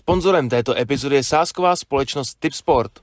Sponzorem této epizody je sázková společnost Tipsport.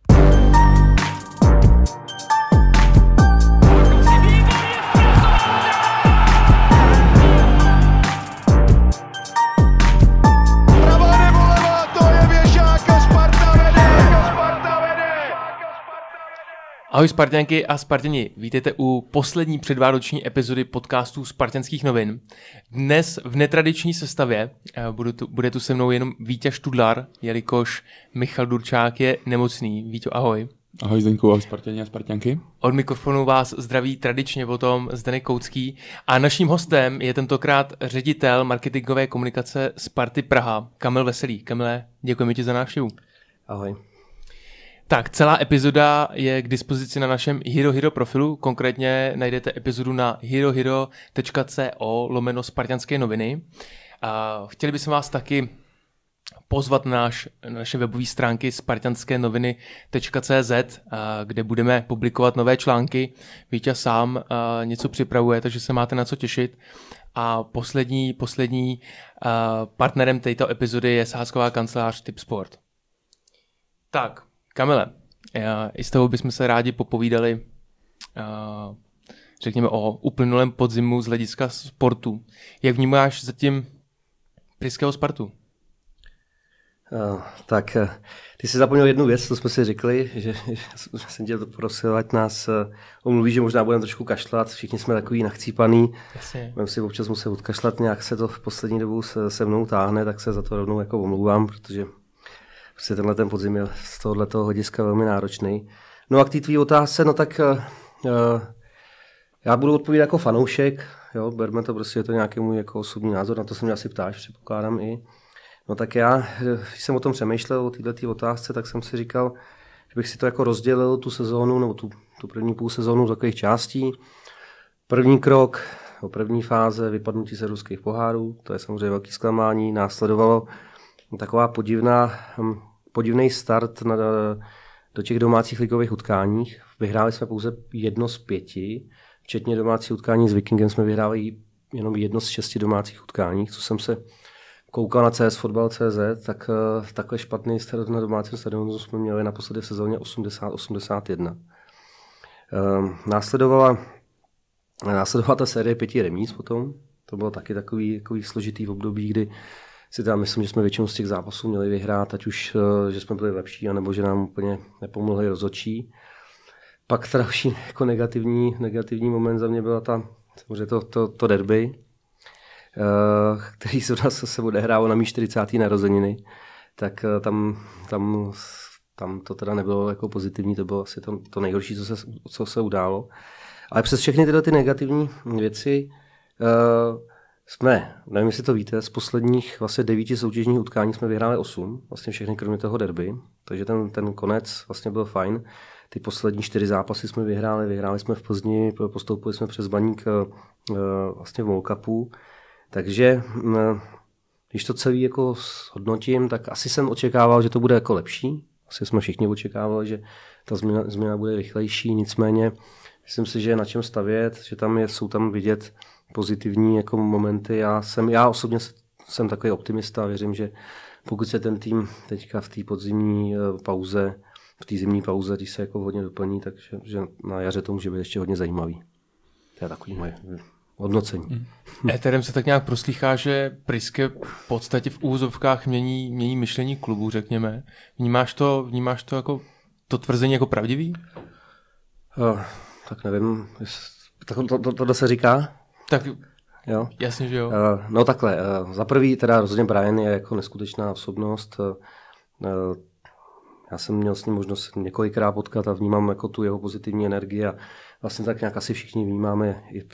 Ahoj Sparťanky a Spartěni, vítejte u poslední předvánoční epizody podcastu Spartanských novin. Dnes v netradiční sestavě bude tu se mnou jenom Víťa Študlar, jelikož Michal Durčák je nemocný. Víťo, ahoj. Ahoj Zdeňku, ahoj Spartěni a Sparťanky. Od mikrofonu vás zdraví tradičně potom Zdeněk Koucký a naším hostem je tentokrát ředitel marketingové komunikace Sparty Praha, Kamil Veselý. Kamile, děkujeme ti za návštěvu. Ahoj. Tak, celá epizoda je k dispozici na našem Hero profilu, konkrétně najdete epizodu na herohero.co/spartanské noviny. A chtěli bychom vás taky pozvat na naše webové stránky spartanskenoviny.cz, kde budeme publikovat nové články. Víťa sám něco připravuje, takže se máte na co těšit. A poslední partnerem této epizody je sázková kancelář Tipsport. Tak, Kamile, i s tebou bychom se rádi popovídali, řekněme, o uplynulém podzimu z hlediska sportu. Jak vnímáš zatím pražského Spartu? Tak, ty jsi zapomněl jednu věc, co jsme si řekli, že jsem tě prosil, ať nás omluví, že možná budeme trošku kašlat, všichni jsme takový nachcípaný, budeme si občas muset odkašlat, nějak se to v poslední dobu se mnou táhne, tak se za to rovnou jako omlouvám, protože prostě tenhle ten podzim je z tohoto hlediska velmi náročný. No a k té tvý otázce, no tak já budu odpovídat jako fanoušek, jo, berme to, prostě je to nějaký můj jako osobní názor, na to se mě asi ptáš, předpokládám i. No tak já, když jsem o tom přemýšlel, o této otázce, tak jsem si říkal, že bych si to jako rozdělil tu sezónu, nebo tu první půl sezónu z takových částí. První krok, první fáze, vypadnutí se ruských pohárů, to je samozřejmě velký zklamání, následovalo taková podivný start do těch domácích ligových utkáních. Vyhráli jsme pouze 1 z 5, včetně domácí utkání s Vikingem jsme vyhráli jenom 1 z 6 domácích utkání, co jsem se koukal na csfotbal.cz, tak takhle špatný start na domácím stadionu jsme měli naposledy v sezóně 80-81. Následovala ta série 5 remíz potom, to bylo taky takový složitý období, kdy si tam myslím, že jsme většinu z těch zápasů měli vyhrát, ať už, že jsme byli lepší, anebo že nám úplně nepomohli rozhodčí. Pak další jako negativní moment za mě byla samozřejmě to derby, který se u nás se odehrálo na mý 40. narozeniny. Tak tam to teda nebylo jako pozitivní, to bylo asi to nejhorší, co se událo. Ale přes všechny tyhle ty negativní věci nevím, jestli to víte, z posledních vlastně 9 soutěžních utkání jsme vyhráli 8, vlastně všechny kromě toho derby, takže ten konec vlastně byl fajn. Ty poslední 4 zápasy jsme vyhráli jsme v Plzni, postoupili jsme přes Baník vlastně v World Cupu, takže když to celý jako hodnotím, tak asi jsem očekával, že to bude jako lepší, asi jsme všichni očekávali, že ta změna bude rychlejší, nicméně myslím si, že je na čem stavět, že jsou tam vidět pozitivní jako momenty. Já osobně jsem takový optimista a věřím, že pokud se ten tým teďka v té podzimní pauze, v té zimní pauze, když se jako hodně doplní, takže na jaře to může být ještě hodně zajímavý. To je takový moje hodnocení. Éterem se tak nějak proslýchá, že Priske v podstatě v úvozovkách mění myšlení klubu, řekněme. Vnímáš to jako to tvrzení jako pravdivý? Tak nevím. Tohle se říká? Tak jo. Jasně, že jo. No takhle, za prvý teda rozhodně Brian je jako neskutečná osobnost. Já jsem měl s ním možnost několikrát potkat a vnímám jako tu jeho pozitivní energii a vlastně tak nějak asi všichni vnímáme i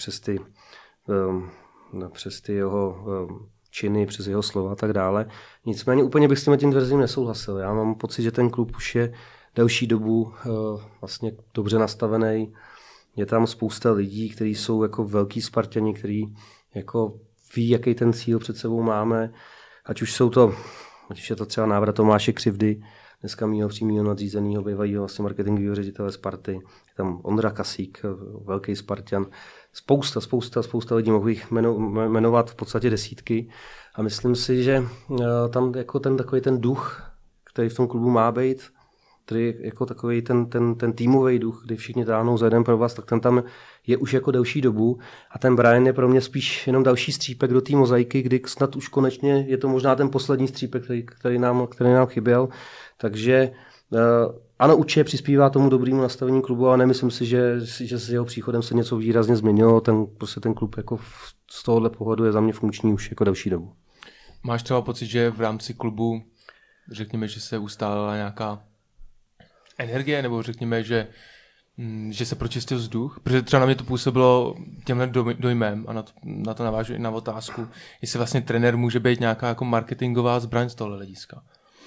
přes ty jeho činy, přes jeho slova a tak dále. Nicméně úplně bych s tím tvrzením nesouhlasil. Já mám pocit, že ten klub už je delší dobu vlastně dobře nastavený. Je tam spousta lidí, kteří jsou jako velký Sparťani, kteří jako ví, jaký ten cíl před sebou máme. Ať už je to třeba návrat Tomáše Křivdy, dneska mýho přímého nadřízeného bývalého vlastně marketingového ředitele Sparty. Je tam Ondra Kasík, velký Sparťan. Spousta lidí, mohu jich jmenovat v podstatě desítky. a myslím si, že tam jako takový ten duch, který v tom klubu má být, který jako takový ten týmový duch, kdy všichni táhnou za jeden provaz, tak ten tam je už jako delší dobu a ten Brian je pro mě spíš jenom další střípek do té mozaiky, kdy snad už konečně je to možná ten poslední střípek, který nám chyběl. Takže ano, určitě přispívá tomu dobrému nastavení klubu, ale nemyslím si, že s jeho příchodem se něco výrazně změnilo. Ten klub jako z tohohle pohledu je za mě funkční už jako další dobu. Máš třeba pocit, že v rámci klubu, řekněme, že se ustálila nějaká energie, nebo řekněme, že se pročistil vzduch? Protože třeba na mě to působilo těmhle dojmem a na to navážu i na otázku, jestli vlastně trenér může být nějaká jako marketingová zbraň z tohle hlediska.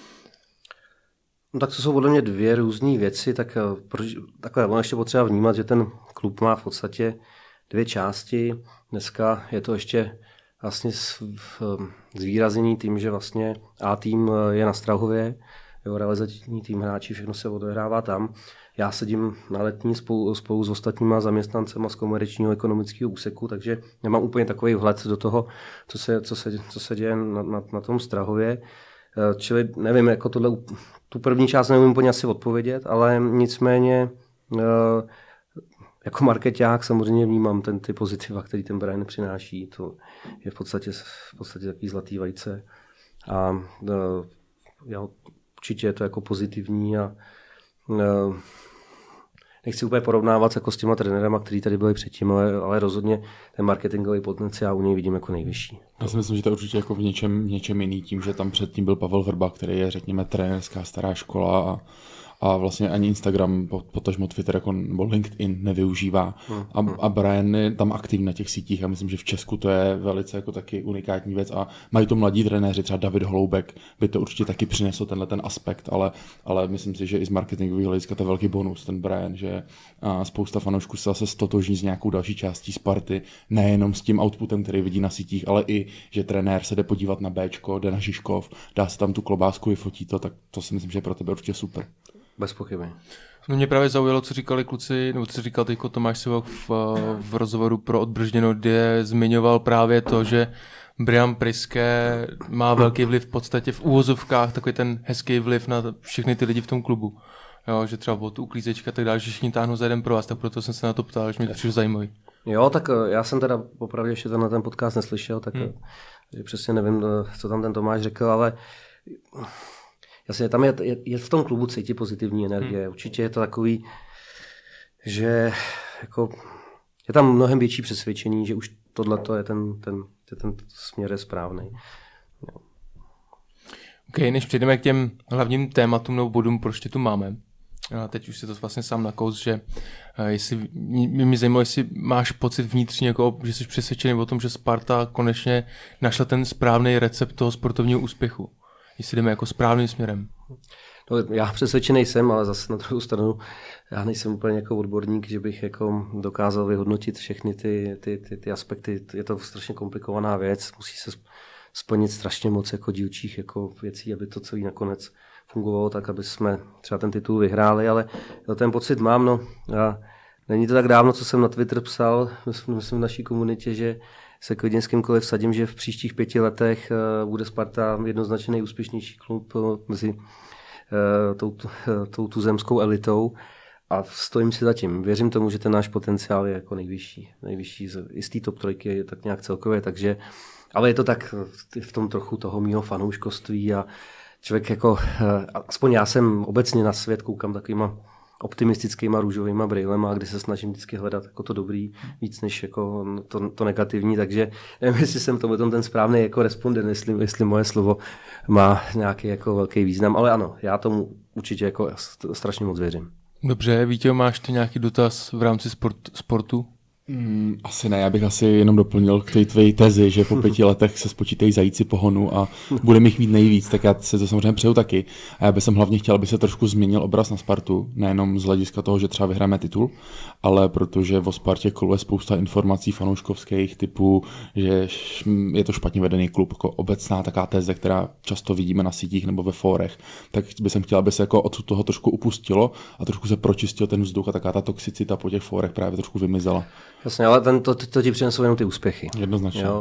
No tak to jsou podle mě dvě různé věci, takhle ono ještě potřeba vnímat, že ten klub má v podstatě dvě části. Dneska je to ještě vlastně zvýrazněný tím, že vlastně A tým je na Strahově, jo, realizační tým hráči, všechno se odehrává tam. Já sedím na Letní spolu s ostatníma zaměstnancema z komerčního ekonomického úseku, takže nemám úplně takový vhled do toho, co se děje na tom Strahově. Čili nevím, jako tu první část nevím úplně asi odpovědět, ale nicméně jako markeťák samozřejmě vnímám ty pozitiva, který ten Brian přináší. To je v podstatě takový zlatý vajce. A určitě je to jako pozitivní a nechci úplně porovnávat jako s těma trenérama, kteří tady byli předtím, ale rozhodně ten marketingový potenciál u něj vidím jako nejvyšší. Já si myslím, že to je určitě jako v něčem jiný tím, že tam předtím byl Pavel Vrba, který je, řekněme, trenérská stará škola a vlastně ani Instagram, potažmo Twitter jako, nebo LinkedIn nevyužívá. A Brian je tam aktivní na těch sítích a myslím, že v Česku to je velice jako taky unikátní věc a mají to mladí trenéři, třeba David Holoubek by to určitě taky přinesl ten aspekt, ale myslím si, že i z marketingového hlediska to je velký bonus, ten Brian, že spousta fanoušků se zase stotožní s nějakou další částí Sparty, nejenom s tím outputem, který vidí na sítích, ale i, že trenér se jde podívat na Bčko, jde na Žižkov, dá se tam tu klobásku, vyfotí to, tak to si myslím, že je pro tebe určitě super. Bez pochyby. No mě právě zaujalo, co říkali kluci, nebo co říkal teďko Tomáš Sivok v rozhovoru pro Odbržděno, kde zmiňoval právě to, že Brian Priske má velký vliv v podstatě v úvozovkách, takový ten hezký vliv na všechny ty lidi v tom klubu. Jo, že třeba od uklízečka tak dále, že všichni táhnou za jeden pro vás, tak proto jsem se na to ptal, že mě to přišlo zajímavý. Jo, tak já jsem teda popravdě ještě ten podcast neslyšel, tak přesně nevím, co tam ten Tomáš řekl, ale jasně, tam je v tom klubu cítit pozitivní energie. Určitě je to takový, že jako je tam mnohem větší přesvědčení, že už tohleto je ten směr je správný. OK, než přejdeme k těm hlavním tématům nebo bodům, proč tě tu máme. A teď už si to vlastně sám nakous, že jestli mě zajímalo, jestli máš pocit vnitřně, jako, že jsi přesvědčený o tom, že Sparta konečně našla ten správný recept toho sportovního úspěchu. Jestli jdeme jako správným směrem. No, já přesvědčený jsem, ale zase na druhou stranu já nejsem úplně jako odborník, že bych jako dokázal vyhodnotit všechny ty aspekty. Je to strašně komplikovaná věc, musí se splnit strašně moc jako dílčích jako věcí, aby to celý nakonec fungovalo tak, aby jsme třeba ten titul vyhráli, ale ten pocit mám. No, a není to tak dávno, co jsem na Twitter psal, myslím v naší komunitě, že se klidně s kýmkoliv vsadím, že v příštích 5 letech bude Sparta jednoznačně nejúspěšnější klub mezi tou tuzemskou elitou a stojím si za tím. Věřím tomu, že ten náš potenciál je jako nejvyšší i z té top 3 je tak nějak celkově, takže, ale je to tak v tom trochu toho mýho fanouškovství a člověk jako, aspoň já jsem obecně na svět koukám takovýma optimistickýma růžovýma brýlema, kdy se snažím vždycky hledat jako to dobrý víc než jako to negativní, takže nevím, jestli jsem ten správný jako respondent, jestli moje slovo má nějaký jako velký význam, ale ano, já tomu určitě jako strašně moc věřím. Dobře, Vítěl, máš ty nějaký dotaz v rámci sportu? Asi ne, já bych asi jenom doplnil k té tvé tezi, že po 5 letech se spočítají zajíci pohonu a budeme jich mít nejvíc, tak já se to samozřejmě přeju taky. A já bych hlavně chtěl, aby se trošku změnil obraz na Spartu, nejenom z hlediska toho, že třeba vyhráme titul, ale protože o Spartě koluje spousta informací fanouškovských typu, že je to špatně vedený klub, jako obecná taká teze, která často vidíme na sítích nebo ve fórech, tak bych chtěl, aby se jako od toho trošku upustilo a trošku se pročistil ten vzduch a taká ta toxicita po těch fórech právě trošku vymizela. Jasně, ale to ti přinesou jenom ty úspěchy. Jednoznačně. Jo.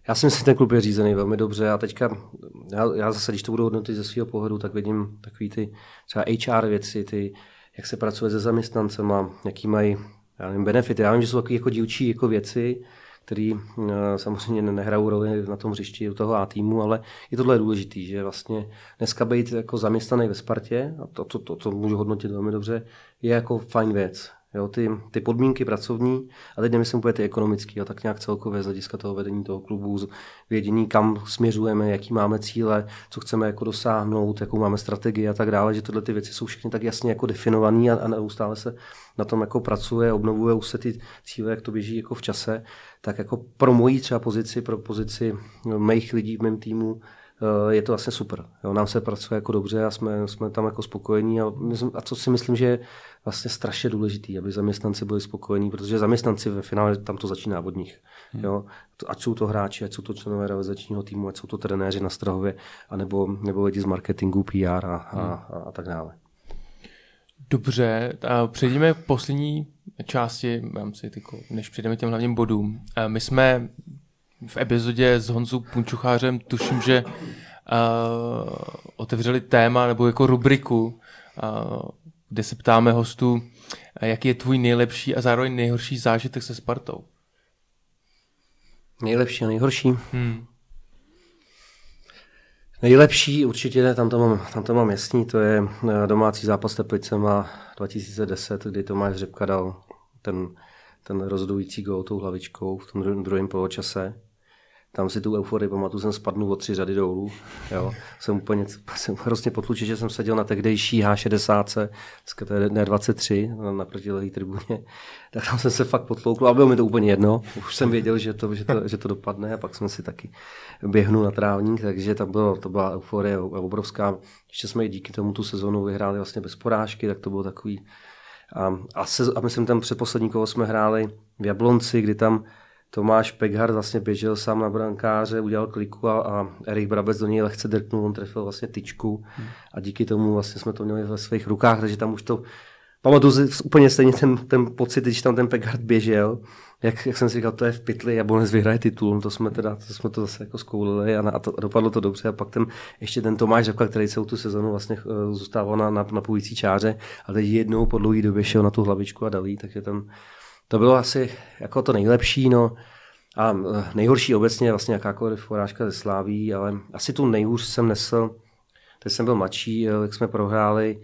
Já si myslím, že ten klub je řízený velmi dobře a teďka, já zase, když to budu hodnotit ze svého pohledu, tak vidím takový ty třeba HR věci, jak se pracuje se zaměstnancema, jaký mají benefity. Já vím, že jsou takové jako dílčí jako věci, které samozřejmě nehrajou roli na tom hřišti u toho A týmu, ale i tohle je důležité, že vlastně dneska být jako zaměstnaný ve Spartě, a to můžu hodnotit velmi dobře, je jako fajn věc. Jo, ty podmínky pracovní, a teď nemyslím úplně ty ekonomický, a tak nějak celkově z hlediska toho vedení toho klubu, vědění, kam směřujeme, jaký máme cíle, co chceme jako dosáhnout, jakou máme strategii a tak dále, že tyhle ty věci jsou všechny tak jasně jako definované a neustále se na tom jako pracuje, obnovují se ty cíle, jak to běží jako v čase, tak jako pro moji třeba pozici, pro pozici mých lidí v mém týmu, je to vlastně super. Jo, nám se pracuje jako dobře a jsme tam jako spokojení a co si myslím, že je vlastně strašně důležitý, aby zaměstnanci byli spokojení, protože zaměstnanci ve finále tam to začíná od nich. Jo, ať jsou to hráči, ať jsou to členové realizačního týmu, ať jsou to trenéři na Strahově, nebo lidi z marketingu, PR a tak dále. Dobře, a přejdeme k poslední části, než přejdeme k těm hlavním bodům. My jsme v epizodě s Honzou Punčuchářem, tuším, že otevřeli téma nebo jako rubriku, kde se ptáme hostů, jaký je tvůj nejlepší a zároveň nejhorší zážitek se Spartou. Nejlepší a nejhorší? Nejlepší určitě, tam to mám jasný, to je domácí zápas s Teplicema 2010, kdy Tomáš Řepka dal ten rozhodující gól tou hlavičkou v tom druhém poločase. Tam si tu euforii pamatuju, jsem spadnul o 3 řady dolů. Jo. Jsem hrozně potlučil, že jsem seděl na tehdejší H60, dneska to je D23 na protilehlé tribuně. Tak tam jsem se fakt potloukl a bylo mi to úplně jedno. Už jsem věděl, že to dopadne a pak jsem si taky běhnul na trávník, takže to byla euforie obrovská. Ještě jsme i díky tomu tu sezonu vyhráli vlastně bez porážky, tak to bylo takový. A myslím, tam předposlední kolo jsme hráli v Jablonci, kdy tam Tomáš Pekhar vlastně běžel sám na brankáře, udělal kliku a Erik Brabec do něj lehce drknul, on trefil vlastně tyčku a díky tomu vlastně jsme to měli ve svých rukách, takže tam už to pamatuju si úplně stejně ten pocit, když tam ten Pekhar běžel, jak jsem si říkal, to je v pytli, Jablonec vyhraje titul, to jsme to zase jako zkoulili a dopadlo to dobře a pak ještě ten Tomáš Řepka, který celou tu sezonu vlastně zůstával na půjící čáře a teď jednou po dlouhý době šel na tu hlavičku a dal jí, takže to bylo asi jako to nejlepší, no. A nejhorší obecně vlastně jakákoliv porážka ze Sláví, ale asi tu nejhůř jsem nesl, teď jsem byl mladší, jak jsme prohráli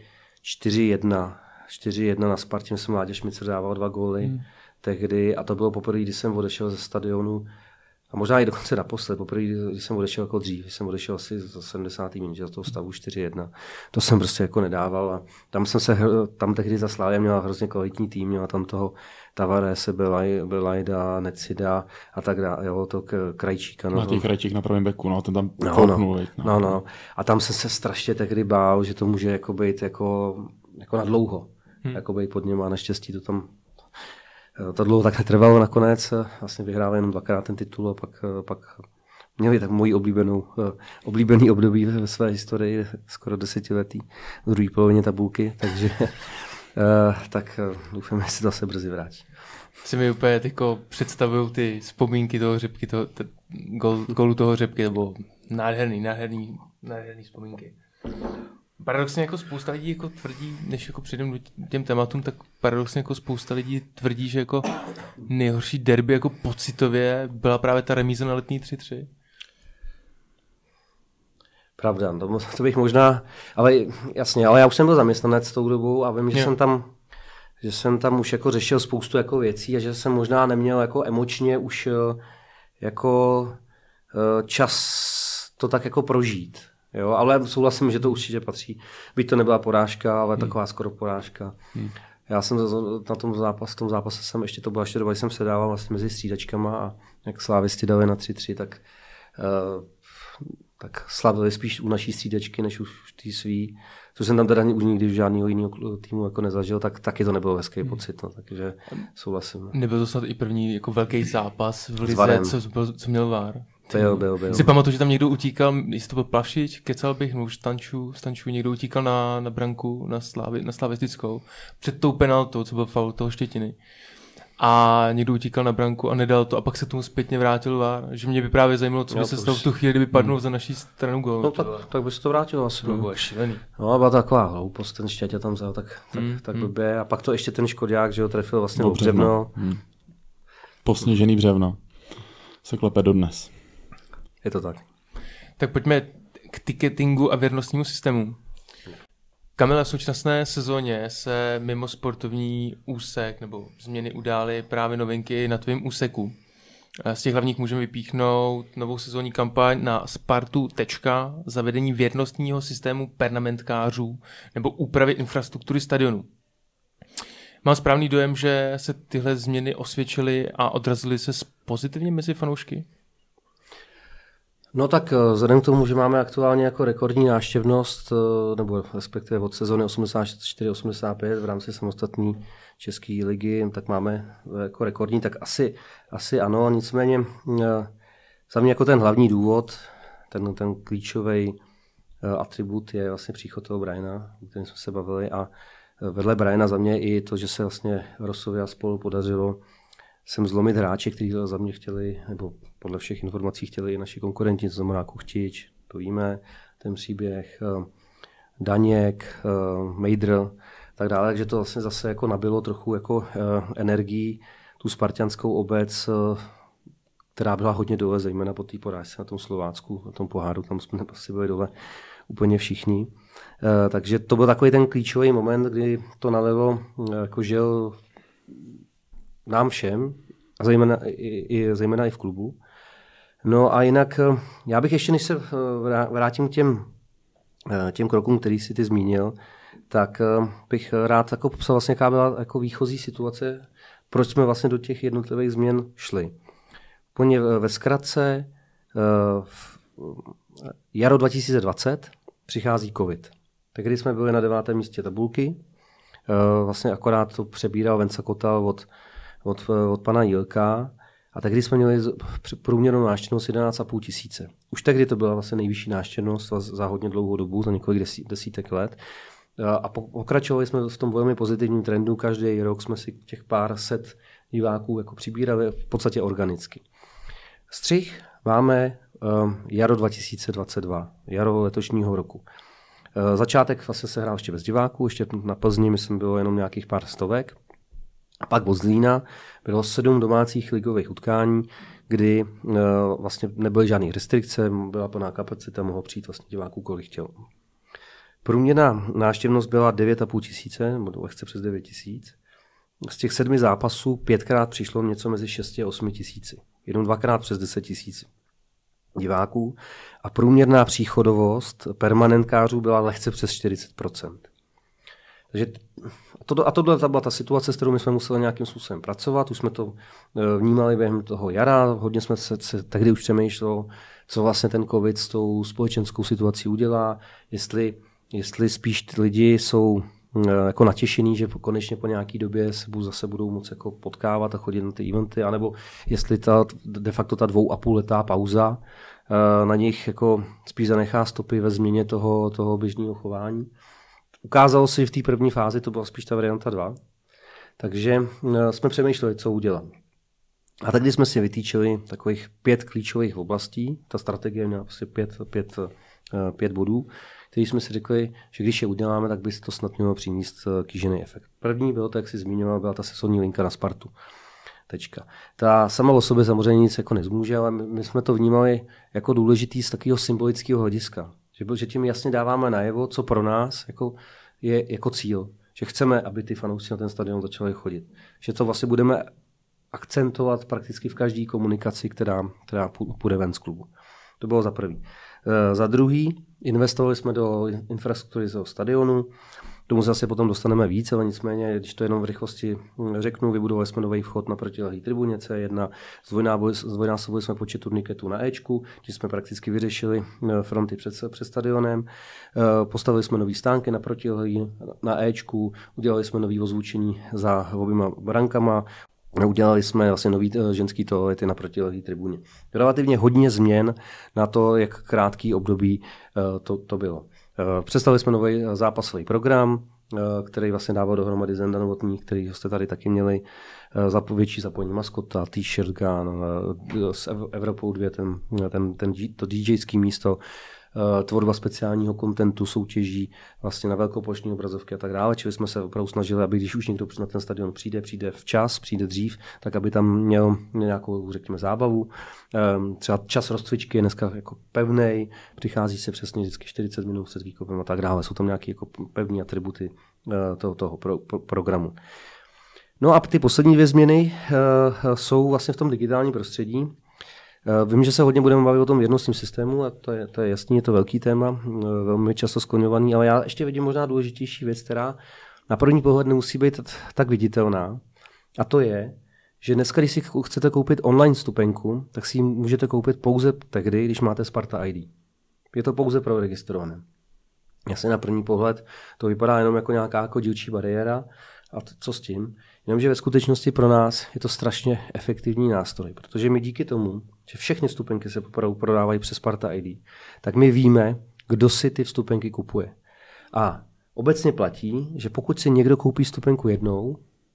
4-1 na Spartě, jsem Láďa Šmicer dával 2 góly tehdy a to bylo poprvé, když jsem odešel ze stadionu a možná i dokonce naposled, poprvé, když jsem odešel jako dřív, když jsem odešel asi za 70. minutě z toho stavu 4-1. To jsem prostě jako nedával a tam tehdy za Slávě měla hrozně kvalitní tým, měla tam toho Tavarese, Belajda, Necida a tak dále, jo, to Krajčíka. Matěj Krajčík na pravém beku, no, ten tam kouknul. No. A tam jsem se strašně tehdy bál, že to může jako být jako na dlouho, jako být pod něma, naštěstí to tam to dlouho tak netrvalo nakonec, vlastně vyhráli jenom 2krát ten titul a pak měli tak moji oblíbený období ve své historii, skoro 10letý, v druhé polovině tabulky, takže tak doufám, že se to zase brzy vrátí. Si mi úplně tyko představují ty vzpomínky toho Řepky, gólu toho Řepky, nebo nádherný vzpomínky. Paradoxně jako spousta lidí jako tvrdí, než jako přijdem těm tématům, tak paradoxně jako spousta lidí tvrdí, že jako nejhorší derby jako pocitově byla právě ta remíza na Letný 3-3. Pravda, to bych možná, ale jasně, ale já už jsem byl zaměstnanec tou dobou a vím, že jsem tam už jako řešil spoustu jako věcí a že jsem možná neměl jako emočně už jako čas to tak jako prožít. Jo, ale souhlasím, že to určitě patří. Byť to nebyla porážka, ale taková skoro porážka. Já jsem na tom zápase jsem ještě to byla ještě doba, když jsem sedával vlastně mezi střídačkama a jak Slávisti dali na 3-3, tak slavili spíš u naší střídačky, než už tý svý. Co jsem tam teda už nikdy v žádného jiného týmu jako nezažil, tak taky to nebylo hezký pocit, no, takže souhlasím. Nebyl to snad i první jako velký zápas v lize, co měl VAR? Byl. Si pamatuju, že tam někdo utíkal, jestli to byl Plavšič, kecal bych, no už Stančů někdo utíkal na branku, na slavistickou, před tou penaltou, co byl faul toho Štětiny. a někdo utíkal na branku a nedal to a pak se tomu zpětně vrátil VAR. Že mě by právě zajímalo, co by se stalo v tu chvíli, kdyby padnul za naší stranu gól. No tak by se to vrátilo asi. To bylo šílený. No a byla taková hloupost, ten Štěťa tam vzal tak blbě a pak to ještě ten Škodák, že ho trefil vlastně do břevno. Posněžený břevno. Se klepe dodnes. Je to tak. Tak pojďme k ticketingu a věrnostnímu systému. Kamile, v současné sezóně se mimo sportovní úsek nebo změny udály právě novinky na tvém úseku. Z těch hlavních můžeme vypíchnout novou sezónní kampaň na Spartu. Zavedení věrnostního systému pernamentkářů nebo úpravy infrastruktury stadionu. Mám správný dojem, že se tyhle změny osvědčily a odrazily se pozitivně mezi fanoušky? No tak vzhledem k tomu, že máme aktuálně jako rekordní návštěvnost, nebo respektive od sezóny 84-85 v rámci samostatné české ligy, tak máme jako rekordní, tak asi ano, nicméně za mě jako ten hlavní důvod, ten klíčový atribut je vlastně příchod toho Briana, o kterém jsme se bavili a vedle Briana za mě i to, že se vlastně Rosovi a spolu podařilo sem zlomit hráče, kteří za mě chtěli, nebo podle všech informací chtěli i naši konkurenti, to znamená Kuchtič, to víme, ten příběh, Daněk, Mejdr, tak dále, takže to vlastně zase jako nabilo trochu jako energii tu spartianskou obec, která byla hodně dole, zejména po té porážce na tom Slovácku, na tom poháru, tam jsme asi byli dole úplně všichni. Takže to byl takový ten klíčový moment, kdy to nalilo jako žel nám všem, a zejména i v klubu. No a jinak, já bych ještě, než se vrátím k těm krokům, který si ty zmínil, tak bych rád jako popsal vlastně, jaká byla jako výchozí situace, proč jsme vlastně do těch jednotlivých změn šli. Úplně ve zkratce, jaro 2020 přichází covid. Tehdy jsme byli na 9. místě tabulky, vlastně akorát to přebíral Venca Kotal od pana Jílka a tehdy jsme měli průměrnou návštěvnost 11,5 tisíce. Už tehdy to byla vlastně nejvyšší návštěvnost za hodně dlouhou dobu, za několik desítek let. A pokračovali jsme v tom velmi pozitivním trendu, každý rok jsme si těch pár set diváků jako přibírali v podstatě organicky. Střih máme jaro 2022, jaro letošního roku. Začátek vlastně se hrál ještě bez diváků, ještě na Plzni myslím bylo jenom nějakých pár stovek. A pak od Zlína bylo 7 domácích ligových utkání, kdy vlastně nebyly žádné restrikce, byla plná kapacita, mohlo přijít vlastně diváků, kolik chtěl. Průměrná návštěvnost byla 9,5 tisíce, nebo lehce přes 9 tisíc. Z těch 7 zápasů 5krát přišlo něco mezi 6 a 8 tisíci. Jenom 2krát přes 10 tisíc diváků. A průměrná příchodovost permanentkářů byla lehce přes 40%. Takže tohle byla ta situace, s kterou my jsme museli nějakým způsobem pracovat. Už jsme to vnímali během toho jara, hodně jsme se tehdy už přemýšlelo, co vlastně ten covid s tou společenskou situací udělá, jestli spíš lidi jsou jako natěšený, že konečně po nějaký době se zase budou moct jako potkávat a chodit na ty eventy, anebo jestli de facto ta 2,5letá pauza na nich jako spíš zanechá stopy ve změně toho běžného chování. Ukázalo se, že v té první fázi to byla spíš ta varianta 2, takže jsme přemýšleli, co udělat. A tady jsme si vytýčili takových 5 klíčových oblastí, ta strategie měla asi 5 bodů, který jsme si řekli, že když je uděláme, tak by se to snad mělo přinést kýžený efekt. První bylo to, jak si zmiňoval, byla ta sezónní linka na Spartu. Ta sama o sobě samozřejmě nic jako nezmůže, ale my jsme to vnímali jako důležitý z takového symbolického hlediska. Že tím jasně dáváme najevo, co pro nás je jako cíl. Že chceme, aby ty fanoušci na ten stadion začali chodit. Že to vlastně budeme akcentovat prakticky v každé komunikaci, která půjde ven z klubu. To bylo za prvý. Za druhý, investovali jsme do infrastruktury toho stadionu. Tomu zase potom dostaneme víc, ale nicméně, když to jenom v rychlosti řeknu, vybudovali jsme nový vchod na protilehlé tribuně C1, zdvojnásobili jsme počet turniketů na Ečku, tím jsme prakticky vyřešili fronty před stadionem, postavili jsme nový stánky na protilehlý na Ečku, udělali jsme nový ozvučení za oběma brankama, udělali jsme vlastně nový ženský toalety na protilehlé tribuně. Relativně hodně změn na to, jak krátký období to bylo. Představili jsme nový zápasový program, který vlastně dával dohromady Zenda Novotný, který jste tady taky měli, větší zapojení maskota, T-shirt gun, s Evropou 2, to DJský místo, tvorba speciálního kontentu, soutěží vlastně na velkoplošní obrazovky a tak dále. Čili jsme se opravdu snažili, aby když už někdo na ten stadion přijde včas, přijde dřív, tak aby tam měl nějakou, řekněme, zábavu. Třeba čas rozcvičky je dneska jako pevnej, přichází se přesně vždycky 40 minut před výkopem a tak dále. Jsou tam nějaké jako pevné atributy toho programu. No a ty poslední 2 změny jsou vlastně v tom digitálním prostředí. Vím, že se hodně budeme bavit o tom věrnostním systému a to je jasný, je to velký téma, velmi často skloňovaný, ale já ještě vidím možná důležitější věc, která na první pohled nemusí být tak viditelná, a to je, že dneska, když si chcete koupit online vstupenku, tak si ji můžete koupit pouze tehdy, když máte Sparta ID. Je to pouze pro registrované. Jasně na první pohled to vypadá jenom jako nějaká jako dílčí bariéra, a co s tím? Jenomže ve skutečnosti pro nás je to strašně efektivní nástroj, protože my díky tomu, že všechny vstupenky se prodávají přes Sparta ID, tak my víme, kdo si ty vstupenky kupuje. A obecně platí, že pokud si někdo koupí vstupenku jednou,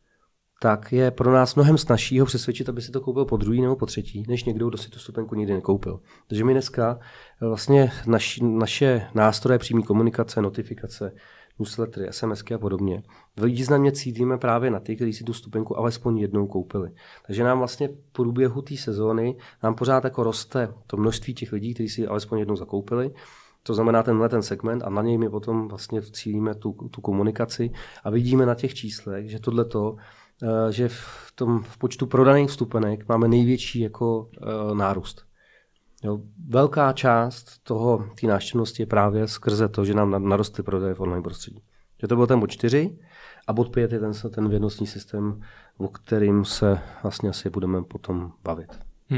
tak je pro nás mnohem snazší ho přesvědčit, aby si to koupil po druhý nebo po třetí, než někdo, kdo si tu vstupenku nikdy nekoupil. Takže my dneska vlastně naše nástroje přímé komunikace, notifikace, newslettery, SMSky a podobně, významně cítíme právě na ty, kteří si tu vstupenku alespoň jednou koupili. Takže nám vlastně v průběhu té sezóny nám pořád jako roste to množství těch lidí, kteří si alespoň jednou zakoupili. To znamená ten segment a na něj my potom vlastně cílíme tu komunikaci a vidíme na těch číslech, že tohleto, že v počtu prodaných vstupenek máme největší jako nárůst. Jo, velká část té návštěvnosti je právě skrze to, že nám narostly prodeje v online prostředí. Že to byl ten bod 4 a bod 5 je ten věrnostní systém, o kterým se vlastně asi budeme potom bavit.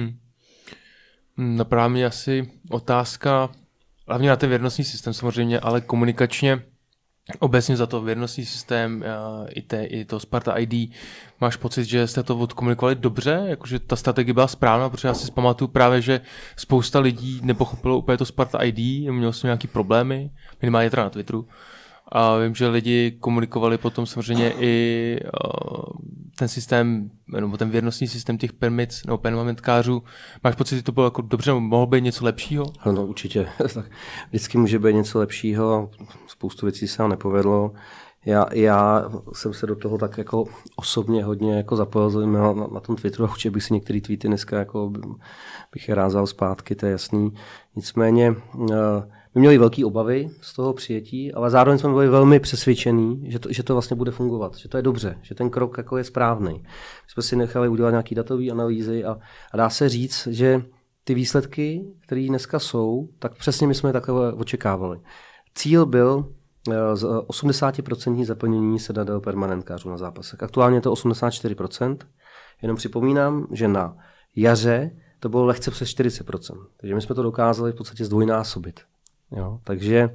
Napadá mě asi otázka, hlavně na ten věrnostní systém samozřejmě, ale komunikačně obecně za to věrnostní systém i to Sparta ID. Máš pocit, že jste to odkomunikovali dobře? Jakože ta strategie byla správná, protože já si pamatuju právě, že spousta lidí nepochopilo úplně to Sparta ID, mělo jsem nějaký problémy, minimálně teda na Twitteru. A vím, že lidi komunikovali potom samozřejmě i ten systém, nebo ten věrnostní systém těch permits nebo permanentkářů. Máš pocit, že to bylo jako dobře, nebo mohlo být něco lepšího? No určitě. Vždycky může být něco lepšího, spoustu věcí se nám nepovedlo. Já jsem se do toho tak jako osobně hodně jako zapojil na tom Twitteru a určitě bych si některé tweety dneska jako bych je rázal zpátky, to je jasný. Nicméně my měli velké obavy z toho přijetí, ale zároveň jsme byli velmi přesvědčení, že to vlastně bude fungovat, že to je dobře, že ten krok jako je správný. My jsme si nechali udělat nějaké datové analýzy a dá se říct, že ty výsledky, které dneska jsou, tak přesně my jsme takové očekávali. Cíl byl z 80% zaplnění sedadel permanentkářů na zápasech. Aktuálně je to 84%. Jenom připomínám, že na jaře to bylo lehce přes 40%. Takže my jsme to dokázali v podstatě zdvojnásobit. Jo, takže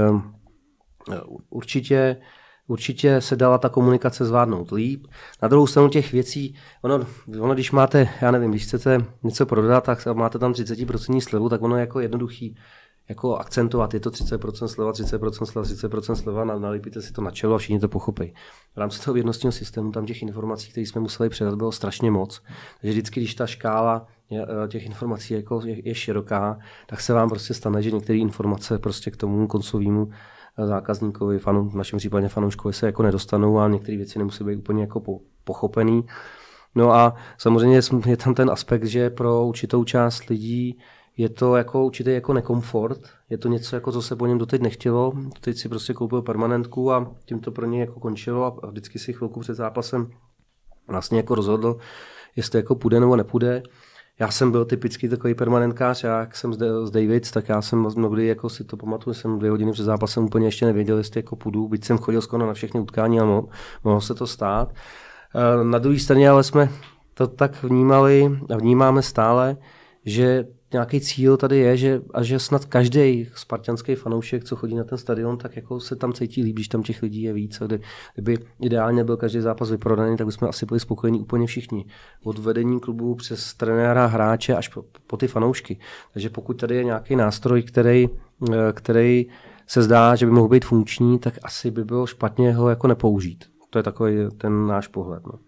určitě se dala ta komunikace zvládnout líp. Na druhou stranu těch věcí, ono když máte, já nevím, když chcete něco prodat, tak máte tam 30% slevu, tak ono je jako jednoduchý jako akcentovat, je to 30% sleva, 30% sleva, 30% sleva, nalípíte si to na čelo a všichni to pochopí. V rámci toho věrnostního systému tam těch informací, které jsme museli předat, bylo strašně moc. Takže vždycky, když ta škála těch informací jako je široká, tak se vám prostě stane, že některé informace prostě k tomu koncovému zákazníkovi, v našem případě fanouškovi se jako nedostanou a některé věci nemusí být úplně jako pochopený. No a samozřejmě je tam ten aspekt, že pro určitou část lidí je to jako určitý jako nekomfort, je to něco, jako co se po něm doteď nechtělo. Teď si prostě koupil permanentku a tím to pro něj jako končilo a vždycky si chvilku před zápasem vlastně jako rozhodl, jestli jako půjde nebo nepůjde. Já jsem byl typický takový permanentkář, jak jsem z Davids, tak já jsem mnohdy, jako si to pamatuju, jsem 2 hodiny před zápasem úplně ještě nevěděl, jestli jako půjdu, byť jsem chodil skoro na všechny utkání, ale mohlo se to stát. Na druhé straně ale jsme to tak vnímali a vnímáme stále, že nějaký cíl tady je, že snad každý spartanský fanoušek, co chodí na ten stadion, tak jako se tam cítí líp, když tam těch lidí je víc. Kdyby ideálně byl každý zápas vyprodaný, tak bychom asi byli spokojení úplně všichni. Od vedení klubu přes trenéra, hráče až po ty fanoušky. Takže pokud tady je nějaký nástroj, který se zdá, že by mohl být funkční, tak asi by bylo špatně ho jako nepoužít. To je takový ten náš pohled. No.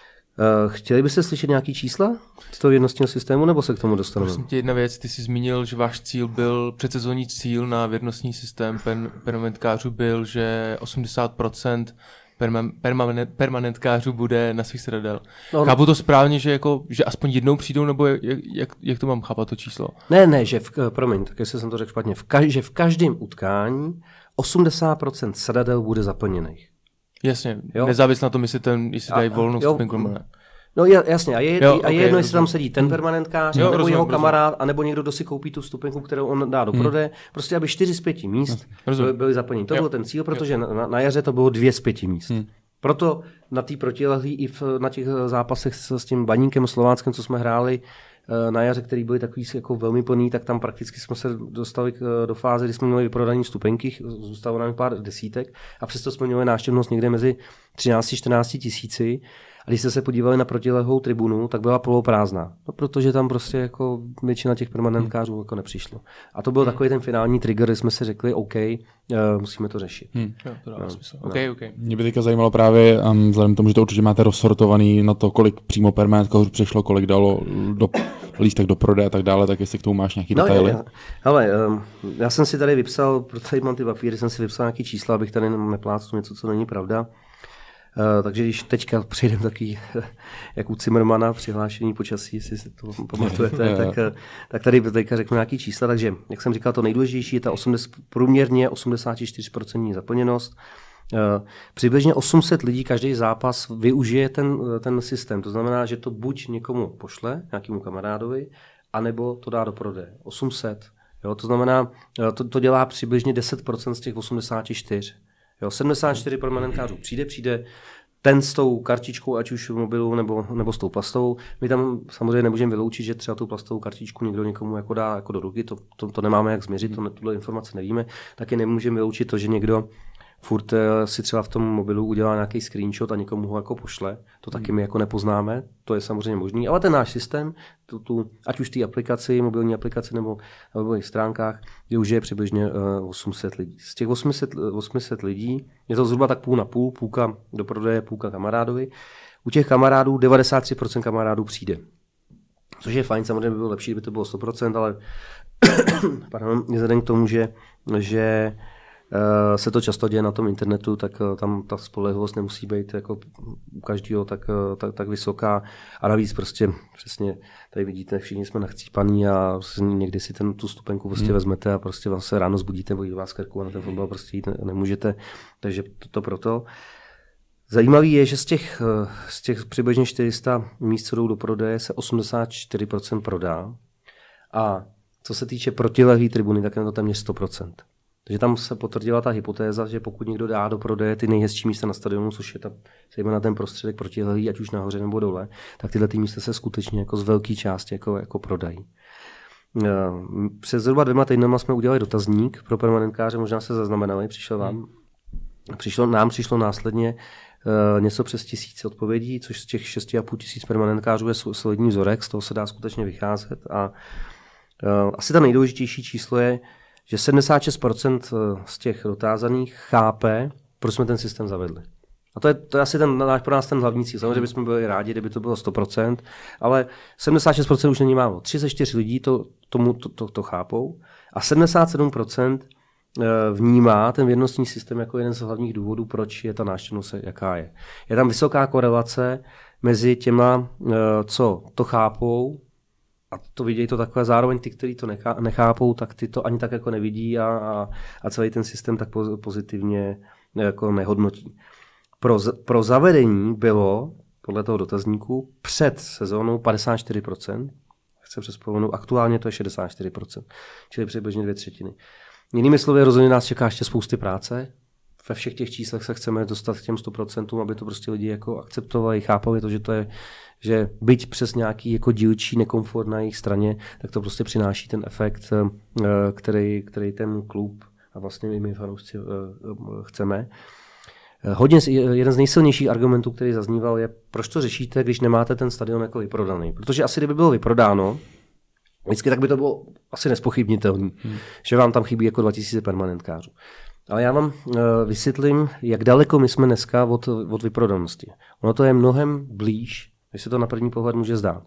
Chtěli byste slyšet nějaký čísla z toho jednotného systému, nebo se k tomu dostaneme? Prosím tě, jedna věc, ty jsi zmínil, že váš cíl byl, předsezónní cíl na věrnostní systém permanentkářů byl, že 80% permanentkářů bude na svých sedadel. No, chápu to správně, že aspoň jednou přijdou, nebo jak to mám chápat to číslo? Ne, promiň, tak jestli jsem to řekl špatně, že v každém utkání 80% sedadel bude zaplněných. Jasně, nezávisle na tom, jestli dají volnou stupenku nebo ne. No jasně, a je jedno, jestli tam sedí ten permanentkář, nebo jeho kamarád, anebo někdo, kdo si koupí tu stupenku, kterou on dá do prodeje, prostě aby 4 z 5 míst byly zaplněny. To byl ten cíl, protože na jaře to bylo 2 z 5 míst. Proto na té protilehlý i na těch zápasech s tím Baníkem Slováckem, co jsme hráli na jaře, který byly takový jako velmi plný, tak tam prakticky jsme se dostali do fáze, kdy jsme měli vyprodaný stupenky, zůstalo nám pár desítek a přesto jsme měli návštěvnost někde mezi 13-14 tisíci. A když jste se podívali na protilehlou tribunu, tak byla poloprázdná. No, protože tam prostě jako většina těch permanentkářů jako nepřišlo. A to byl takový ten finální trigger, kdy jsme si řekli, OK, musíme to řešit. Jo, to dává smysl. Okay. Mě by teďka zajímalo právě, vzhledem k tomu, že to určitě máte rozsortovaný na to, kolik přímo permanentkářů přišlo, kolik dalo lístek do prodeje a tak dále, tak jestli k tomu máš nějaký detaily. Ale já jsem si tady vypsal, protože mám ty papíry, jsem si vypsal nějaký čísla, abych tady neplácl něco, co není pravda. Takže když teďka přejdeme taky jak u Zimmermana přihlášení počasí, jestli si to pamatujete, tak tady teďka řeknu nějaký čísla. Takže, jak jsem říkal, to nejdůležitější je ta průměrně 84% zaplněnost. Přibližně 800 lidí každý zápas využije ten systém. To znamená, že to buď někomu pošle, nějakému kamarádovi, anebo to dá do prodeje. 800. Jo, to znamená, to dělá přibližně 10% z těch 84. Jo, 74 permanentkářů přijde ten s tou kartičkou, ať už v mobilu nebo s tou plastovou. My tam samozřejmě nemůžeme vyloučit, že třeba tu plastovou kartičku někdo někomu jako dá jako do ruky, to nemáme jak změřit, tuhle informace nevíme. Taky nemůžeme vyloučit to, že někdo furt si třeba v tom mobilu udělá nějaký screenshot a někomu ho jako pošle. To taky my jako nepoznáme, to je samozřejmě možný. Ale ten náš systém, ať už té aplikaci, mobilní aplikaci nebo na webových stránkách, využije přibližně 800 lidí. Z těch 800 lidí je to zhruba tak půl na půl, půlka do prodeje, půlka kamarádovi. U těch kamarádů 93% kamarádů přijde. Což je fajn, samozřejmě by bylo lepší, kdyby to bylo 100%, ale vzhledem k tomu, že se to často děje na tom internetu, tak tam ta spolehlivost nemusí být jako u každého tak vysoká. A navíc prostě přesně tady vidíte, všichni jsme nachcípaní a někdy si tu stupenku prostě vezmete a prostě vám se ráno zbudíte, bolí vás krku a na ten fotbal prostě jít nemůžete. Takže to proto. Zajímavý je, že z těch přibližně 400 míst, co jdou do prodeje, se 84% prodá. A co se týče protilehlé tribuny, tak je to téměř 100%. Takže tam se potvrdila ta hypotéza, že pokud někdo dá do prodeje ty nejhezčí místa na stadionu, což je zejména ten prostředek protilehlý, ať už nahoře nebo dole, tak tyhle ty místa se skutečně jako z velké části jako prodají. Přes zhruba 2 týdny jsme udělali dotazník pro permanentkáře, možná se zaznamenali, nám přišlo následně něco přes 1000 odpovědí, což z těch 6,5 tisíc permanentkářů je solidní vzorek, z toho se dá skutečně vycházet. A asi ta nejdůležitější číslo je, že 76% z těch dotázaných chápe, proč jsme ten systém zavedli. A to je asi pro nás ten hlavní cíl. Samozřejmě bychom byli rádi, kdyby to bylo 100%, ale 76% už není málo. 3 ze 4 lidí to chápou a 77% vnímá ten věrnostní systém jako jeden z hlavních důvodů, proč je ta návštěvnost, jaká je. Je tam vysoká korelace mezi těma, co to chápou, a to vidějí to takhle, zároveň ty, kteří to nechápou, tak ty to ani tak jako nevidí a celý ten systém tak pozitivně jako nehodnotí. Pro zavedení bylo, podle toho dotazníku, před sezónou 54%, chce přes polovinu, aktuálně to je 64%, čili přibližně 2/3. Jinými slovy, rozhodně nás čeká ještě spousty práce. Ve všech těch číslech se chceme dostat k těm 100%, aby to prostě lidi jako akceptovali, chápali to, že byť přes nějaký jako dílčí nekomfort na jejich straně, tak to prostě přináší ten efekt, který ten klub a vlastně i my fanoušci chceme. Jeden z nejsilnějších argumentů, který zazníval, je, proč to řešíte, když nemáte ten stadion jako vyprodaný. Protože asi kdyby bylo vyprodáno, Vždycky tak by to bylo asi nespochybnitelné, že vám tam chybí jako 2000 permanentkářů. Ale já vám vysvětlím, jak daleko my jsme dneska od vyprodanosti. Ono to je mnohem blíž, než se to na první pohled může zdát.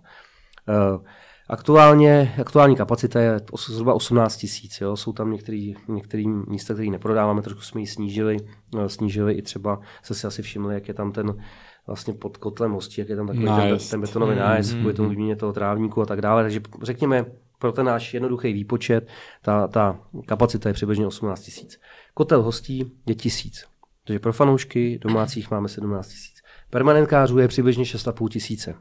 Aktuální kapacita je zhruba 18 000. Jsou tam některé místa, které neprodáváme, trošku jsme ji snížili i třeba, jste si asi všimli, jak je tam ten vlastně pod kotlem hostí, jak je tam takový ten betonový nájezd, kvůli tomu výměně toho trávníku a tak dále. Takže řekněme, pro ten náš jednoduchý výpočet, ta kapacita je přibližně 18 000. Kotel hostí je 1000. Takže pro fanoušky domácích máme 17 000. Permanentkářů je přibližně 6 500.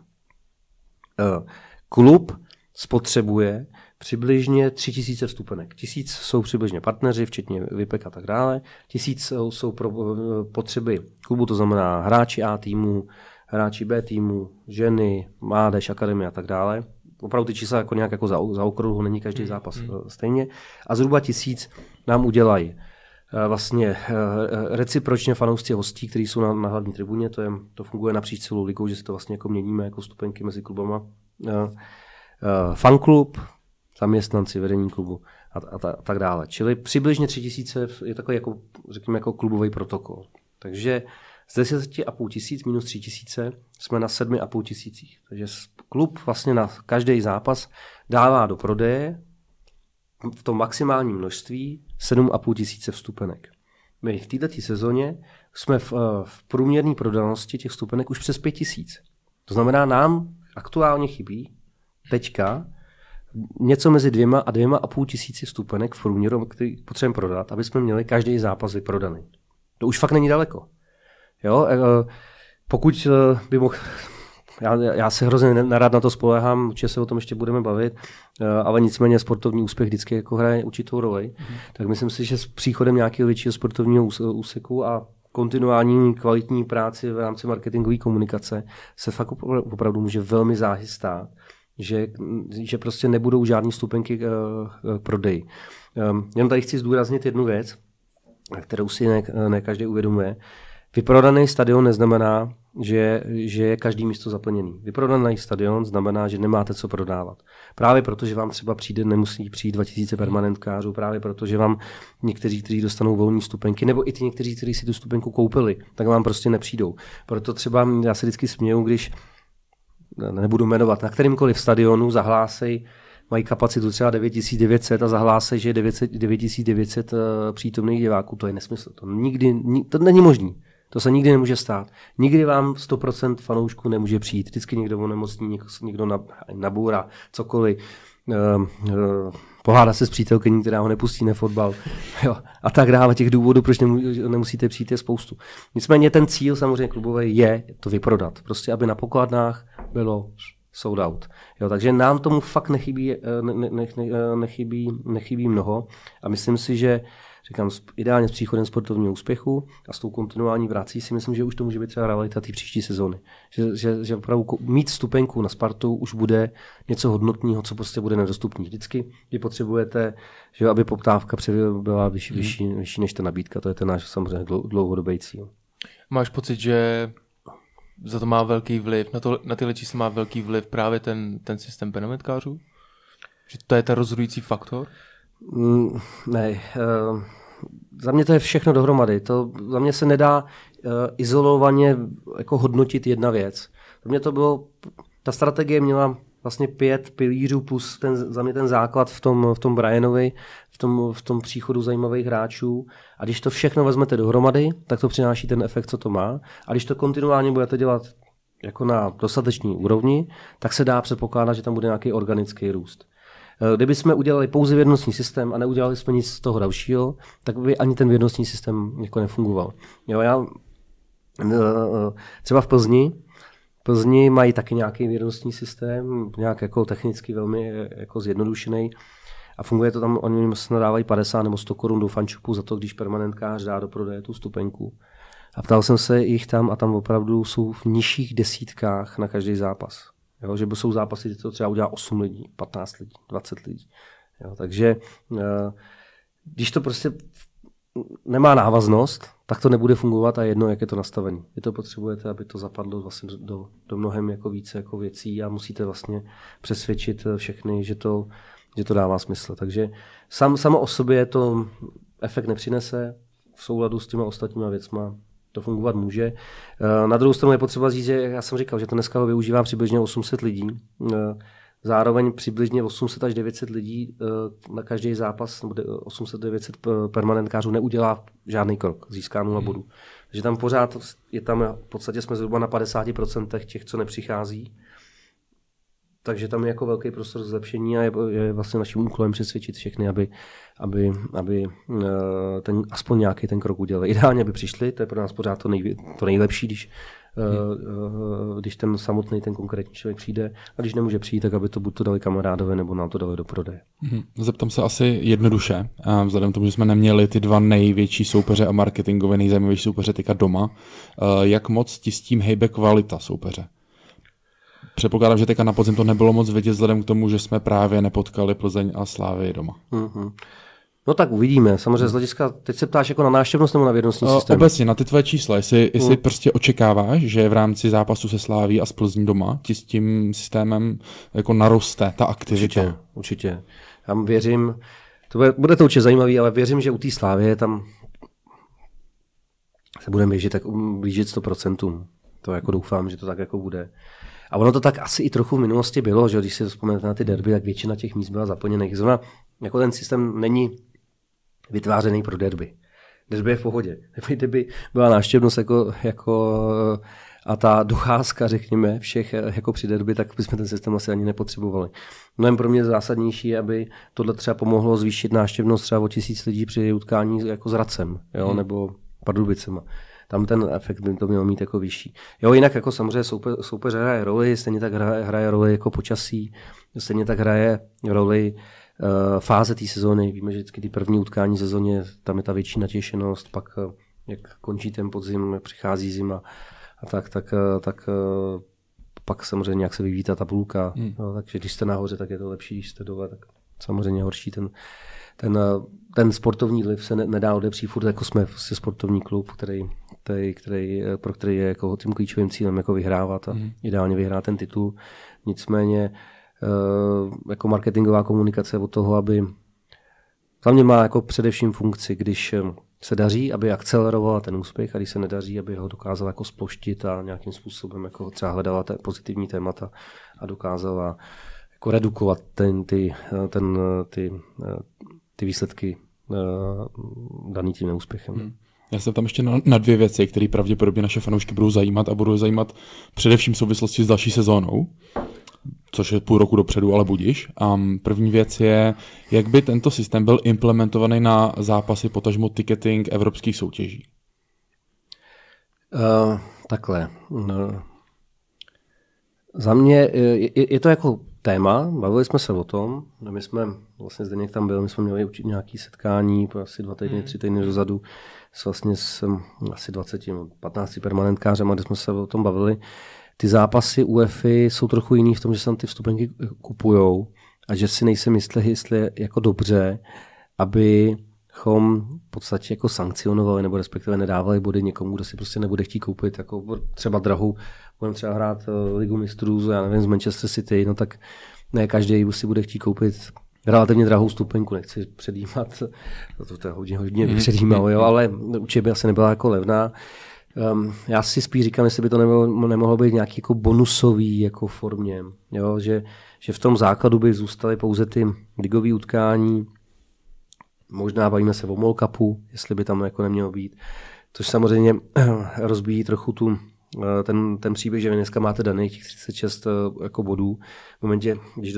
Klub spotřebuje přibližně 3000 vstupenek. 1000 jsou přibližně partneři, včetně VIPek a tak dále. 1000 jsou pro potřeby klubu, to znamená hráči A týmu, hráči B týmu, ženy, mládež, akademie a tak dále. Opravdu ty čísla jako nějak jako za okruhu, není každý zápas stejně. A zhruba 1000 nám udělají vlastně recipročně fanoušci hostí, kteří jsou na hlavní tribuně. To funguje napříč celou ligou, že si to vlastně jako měníme jako vstupenky mezi klubama. Fanklub, zaměstnanci, vedení klubu a tak dále. Čili přibližně 3000 je takový jako, řekněme, jako klubový protokol. Takže z 10 500 minus 3000 jsme na 7 500. Takže klub vlastně na každý zápas dává do prodeje v tom maximálním množství 7 500 vstupenek. My v této sezóně jsme v průměrné prodanosti těch vstupenek už přes 5000. To znamená, nám aktuálně chybí teďka něco mezi 2 a 2 500 vstupenek v průměru, který potřebujeme prodat, aby jsme měli každý zápas vyprodaný. To už fakt není daleko. Jo? Pokud by mohl... Já se hrozně narád na to spoléhám, určitě se o tom ještě budeme bavit, ale nicméně sportovní úspěch vždycky jako hraje určitou roli. Tak myslím si, že s příchodem nějakého většího sportovního úseku a kontinuální kvalitní práci v rámci marketingové komunikace se fakt opravdu může velmi záhy stát, že prostě nebudou žádný vstupenky k prodeji. Jenom tady chci zdůraznit jednu věc, kterou si ne každý uvědomuje. Vyprodaný stadion neznamená, že je každý místo zaplněný. Vyprodaný stadion znamená, že nemáte co prodávat. Právě proto, že vám třeba nemusí přijít 2000 permanentkářů, právě proto, že vám někteří, kteří dostanou volné vstupenky, nebo i ty někteří, kteří si tu vstupenku koupili, tak vám prostě nepřijdou. Proto třeba já se vždycky směju, když nebudu jmenovat, na kterýmkoliv stadionu zahlásej, mají kapacitu třeba 9900 a zahlásej, že je 9900 přítomných diváků. To je nesmysl. To není možný. To se nikdy nemůže stát. Nikdy vám 100% fanoušků nemůže přijít. Vždycky někdo onemocní, někdo nabůrá, cokoliv. Pohádá se s přítelkyní, která ho nepustí na fotbal. Jo. A tak dále. Těch důvodů, proč nemusíte přijít, je spoustu. Nicméně ten cíl samozřejmě klubový je to vyprodat. Prostě, aby na pokladnách bylo sold out. Jo, takže nám tomu fakt nechybí mnoho a myslím si, že říkám, ideálně s příchodem sportovního úspěchu a s tou kontinuální vrací si myslím, že už to může být třeba realita té příští sezóny. Že opravdu mít vstupenku na Spartu už bude něco hodnotného, co prostě bude nedostupný. Vždycky vy potřebujete, že aby poptávka byla vyšší než ta nabídka. To je ten náš samozřejmě dlouhodobý cíl. Máš pocit, že za to má velký vliv, na tyhle čísla má velký vliv právě ten systém permanentkářů? Že to je ten rozhodující faktor? Ne, za mě to je všechno dohromady. Za mě se nedá izolovaně jako hodnotit jedna věc. Za mě to bylo, ta strategie měla vlastně 5 pilířů plus za mě ten základ v tom Brianovi, v tom příchodu zajímavých hráčů. A když to všechno vezmete dohromady, tak to přináší ten efekt, co to má. A když to kontinuálně budete dělat jako na dostatečné úrovni, tak se dá předpokládat, že tam bude nějaký organický růst. Kdyby jsme udělali pouze věrnostní systém a neudělali jsme nic z toho dalšího, tak by ani ten věrnostní systém jako nefungoval. Jo, já třeba v Plzni mají taky nějaký věrnostní systém, nějak jako technicky velmi jako zjednodušený a funguje to tam, oni se nadávají 50 nebo 100 korun do fančupu za to, když permanentkář dá do prodeje tu vstupenku. A ptal jsem se jich tam a tam opravdu jsou v nižších desítkách na každý zápas. Jo, že jsou zápasy, kde to třeba udělá 8 lidí, 15 lidí, 20 lidí. Jo, takže když to prostě nemá návaznost, tak to nebude fungovat a jedno, jak je to nastavené. Vy to potřebujete, aby to zapadlo vlastně do mnohem jako více jako věcí a musíte vlastně přesvědčit všechny, že to dává smysl. Takže samo o sobě to efekt nepřinese v souladu s těma ostatníma věcma. To fungovat může. Na druhou stranu je potřeba říct, že já jsem říkal, že to dneska ho využívá přibližně 800 lidí. Zároveň přibližně 800 až 900 lidí na každý zápas, nebo 800-900 permanentkářů neudělá žádný krok, získá 0 bodů. Takže tam pořád je tam, v podstatě jsme zhruba na 50% těch, co nepřichází. Takže tam je jako velký prostor zlepšení a je vlastně naším úkolem přesvědčit všechny, aby aspoň nějaký ten krok udělali. Ideálně by přišli, to je pro nás pořád to nejlepší, když ten samotný, ten konkrétní člověk přijde a když nemůže přijít, tak aby to buď to dali kamarádovi, nebo nám to dali do prodeje. Zeptám se asi jednoduše, vzhledem k tomu, že jsme neměli ty 2 největší soupeře a marketingově nejzajímavější soupeře teďka doma, jak moc ti s tím hejbe kvalita soupeře? Předpokládám, že teďka na podzim to nebylo moc vidět vzhledem k tomu, že jsme právě nepotkali Plzeň a Slávii doma. No tak uvidíme. Samozřejmě z hlediska, teď se ptáš jako na návštěvnost nebo na vědomostní systém? Obecně, na ty tvoje čísla. Jestli prostě očekáváš, že v rámci zápasu se Sláví a s Plzní doma ti s tím systémem jako naroste ta aktivita. Určitě. Já věřím, bude to určitě zajímavý, ale věřím, že u té Slávie tam se budeme blížit 100%. To jako doufám, že to tak jako bude. A ono to tak asi i trochu v minulosti bylo, že když si vzpomenete na ty derby, tak většina těch míst byla zaplněných. Zrovna jako ten systém není vytvářený pro derby. Derby je v pohodě. Kdyby byla návštěvnost a ta docházka, řekněme, všech jako při derby, tak bychom ten systém asi ani nepotřebovali. Mnohem pro mě zásadnější, aby tohle třeba pomohlo zvýšit návštěvnost třeba o 1000 lidí při utkání jako s Hradcem, nebo Pardubicema. Tam ten efekt by to měl mít jako vyšší. Jo, jinak jako samozřejmě soupeř hraje roli, stejně tak hraje roli jako počasí, stejně tak hraje roli fáze té sezóny. Víme, že vždycky ty první utkání sezóně, tam je ta větší natěšenost, pak jak končí ten podzim, přichází zima a tak pak samozřejmě nějak se vyvíjí ta tabulka. No, takže když jste nahoře, tak je to lepší, když jste dole, tak samozřejmě horší. Ten sportovní vliv se nedá odepřít, furt jako jsme vlastně sportovní klub, pro který je jako tím klíčovým cílem jako vyhrávat a ideálně vyhrát ten titul. Nicméně jako marketingová komunikace od toho, aby za mě má jako především funkci, když se daří, aby akcelerovala ten úspěch a když se nedaří, aby ho dokázala jako sploštit a nějakým způsobem jako třeba hledala pozitivní témata a dokázala jako redukovat ty výsledky daný tím neúspěchem. Já jsem tam ještě na 2 věci, které pravděpodobně naše fanoušky budou zajímat a budou zajímat především v souvislosti s další sezónou, což je půl roku dopředu, ale budiš. První věc je, jak by tento systém byl implementovaný na zápasy, potažmo ticketing evropských soutěží. Takhle. Za mě je to jako téma, bavili jsme se o tom, my jsme, vlastně Zdeněk tam byl, my jsme měli nějaké setkání asi 2 týdny, 3 týdny dozadu vlastně s asi 15 permanentkářem, kde jsme se o tom bavili. Ty zápasy UEFI jsou trochu jiný v tom, že se tam ty vstupenky kupujou a že si nejsem jistý, jestli je jako dobře, abychom v podstatě jako sankcionovali nebo respektive nedávali body někomu, kdo si prostě nebude chtít koupit jako třeba drahou. Budeme třeba hrát Ligu mistrů, já nevím, z Manchester City, no tak ne každý si bude chtít koupit relativně drahou stupenku, nechci předjímat, to je hodně předjímalo, jo, ale určitě by asi nebyla jako levná. Já si spíš říkám, jestli by to nemohlo být nějaký jako bonusový jako formě, jo, že v tom základu by zůstaly pouze ty ligové utkání, možná bavíme se o MOL Cupu, jestli by tam jako nemělo být, což samozřejmě rozbíjí trochu ten příběh, že vy dneska máte daných těch 36 jako bodů. V momentě, když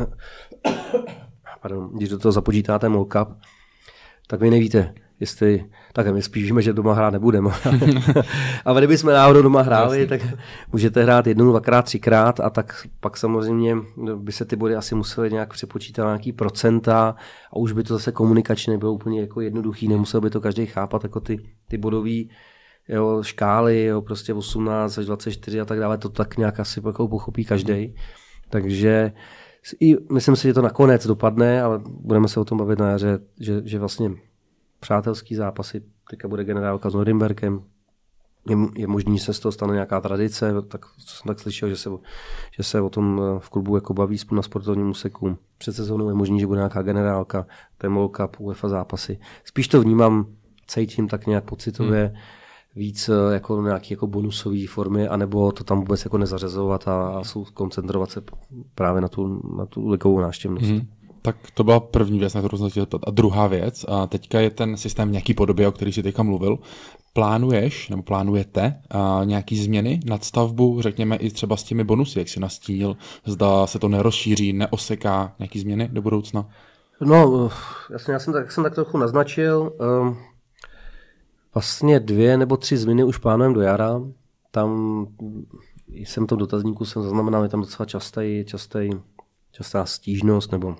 do toho započítáte MOL Cup, tak vy nevíte, jestli, tak my spíš víme, že doma hrát nebudeme. Ale kdybychom náhodou doma hráli, tak můžete hrát 1, 2krát, 3krát a tak pak samozřejmě by se ty body asi musely nějak přepočítat na nějaký procenta a už by to zase komunikačně nebylo úplně jako jednoduchý, nemusel by to každý chápat jako ty bodový škály, prostě 18 až 24 a tak dále, to tak nějak asi jako pochopí každý. Takže myslím si, že to nakonec dopadne, ale budeme se o tom bavit na jaře, že vlastně přátelský zápasy teďka bude generálka s Norimberkem. Je možný, že se z toho stane nějaká tradice, tak co jsem tak slyšel, že se o tom v klubu jako baví na sportovním úseku. Před sezónou je možný, že bude nějaká generálka, World Cup, UEFA zápasy. Spíš to vnímám, cítím tak nějak pocitově víc jako nějaké jako bonusové formy, anebo to tam vůbec jako nezařazovat a koncentrovat se právě na tu ligovou návštěvnost. Tak to byla první věc, na kterou jsem chtěl ptat. A druhá věc, a teďka je ten systém v nějaký podobě, o který jsi teďka mluvil. Plánuješ, nebo plánujete nějaký změny nadstavbu, řekněme i třeba s těmi bonusy, jak jsi nastínil, zda se to nerozšíří, neoseká nějaký změny do budoucna? No, jasně, já jsem tak trochu naznačil. Vlastně 2 nebo 3 změny už plánujeme do jara. Tam jsem to dotazníku jsem zaznamenal, je tam docela častá stížnost nebo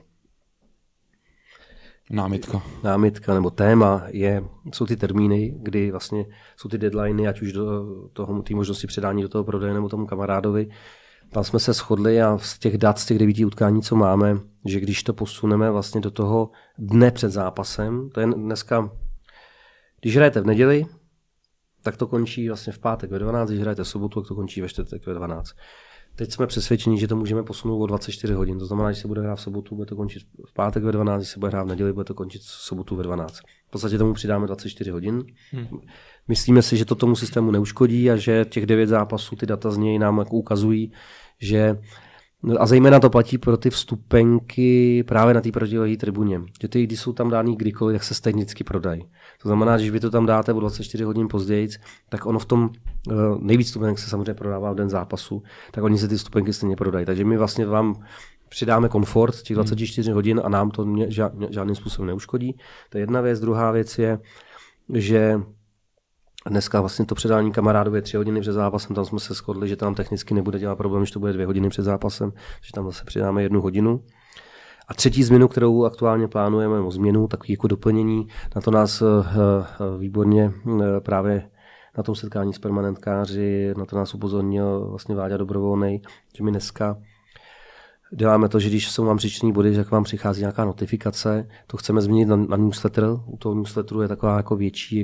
námitka nebo téma jsou ty termíny, kdy vlastně jsou ty deadliny, ať už do té možnosti předání do toho prodeje nebo tomu kamarádovi. Tam jsme se shodli a z těch 9 utkání, co máme, že když to posuneme vlastně do toho dne před zápasem, to je dneska, když hrajete v neděli, tak to končí vlastně v pátek ve 12, když hrajete v sobotu, tak to končí ve čtvrtek ve 12. Teď jsme přesvědčeni, že to můžeme posunout o 24 hodin. To znamená, že se bude hrát v sobotu, bude to končit v pátek ve 12, když se bude hrát v neděli, bude to končit v sobotu ve 12. V podstatě tomu přidáme 24 hodin. Myslíme si, že to tomu systému neuškodí a že těch 9 zápasů, ty data z něj nám jako ukazují, že a zejména to platí pro ty vstupenky právě na té protilehé tribuně. Že ty, když jsou tam dány kdykoliv, tak se stejně vždycky prodají. To znamená, že když vy to tam dáte o 24 hodin později, tak ono v tom nejvíc vstupenek se samozřejmě prodává v den zápasu, tak oni se ty vstupenky stejně prodají. Takže my vlastně vám přidáme komfort těch 24 hodin a nám to žádným způsobem neuškodí. To je jedna věc. Druhá věc je, že dneska vlastně to předání kamarádovi je 3 hodiny před zápasem, tam jsme se shodli, že tam technicky nebude dělat problém, že to bude 2 hodiny před zápasem, že tam zase přidáme 1 hodinu. A třetí změnu, kterou aktuálně plánujeme, nebo změnu, takový jako doplnění, na to nás výborně právě na tom setkání s permanentkáři, na to nás upozornil vlastně Váďa Dobrovolnej, že my dneska děláme to, že když jsou vám přičtený body, že vám přichází nějaká notifikace, to chceme změnit na newsletter. U toho newsletteru je taková jako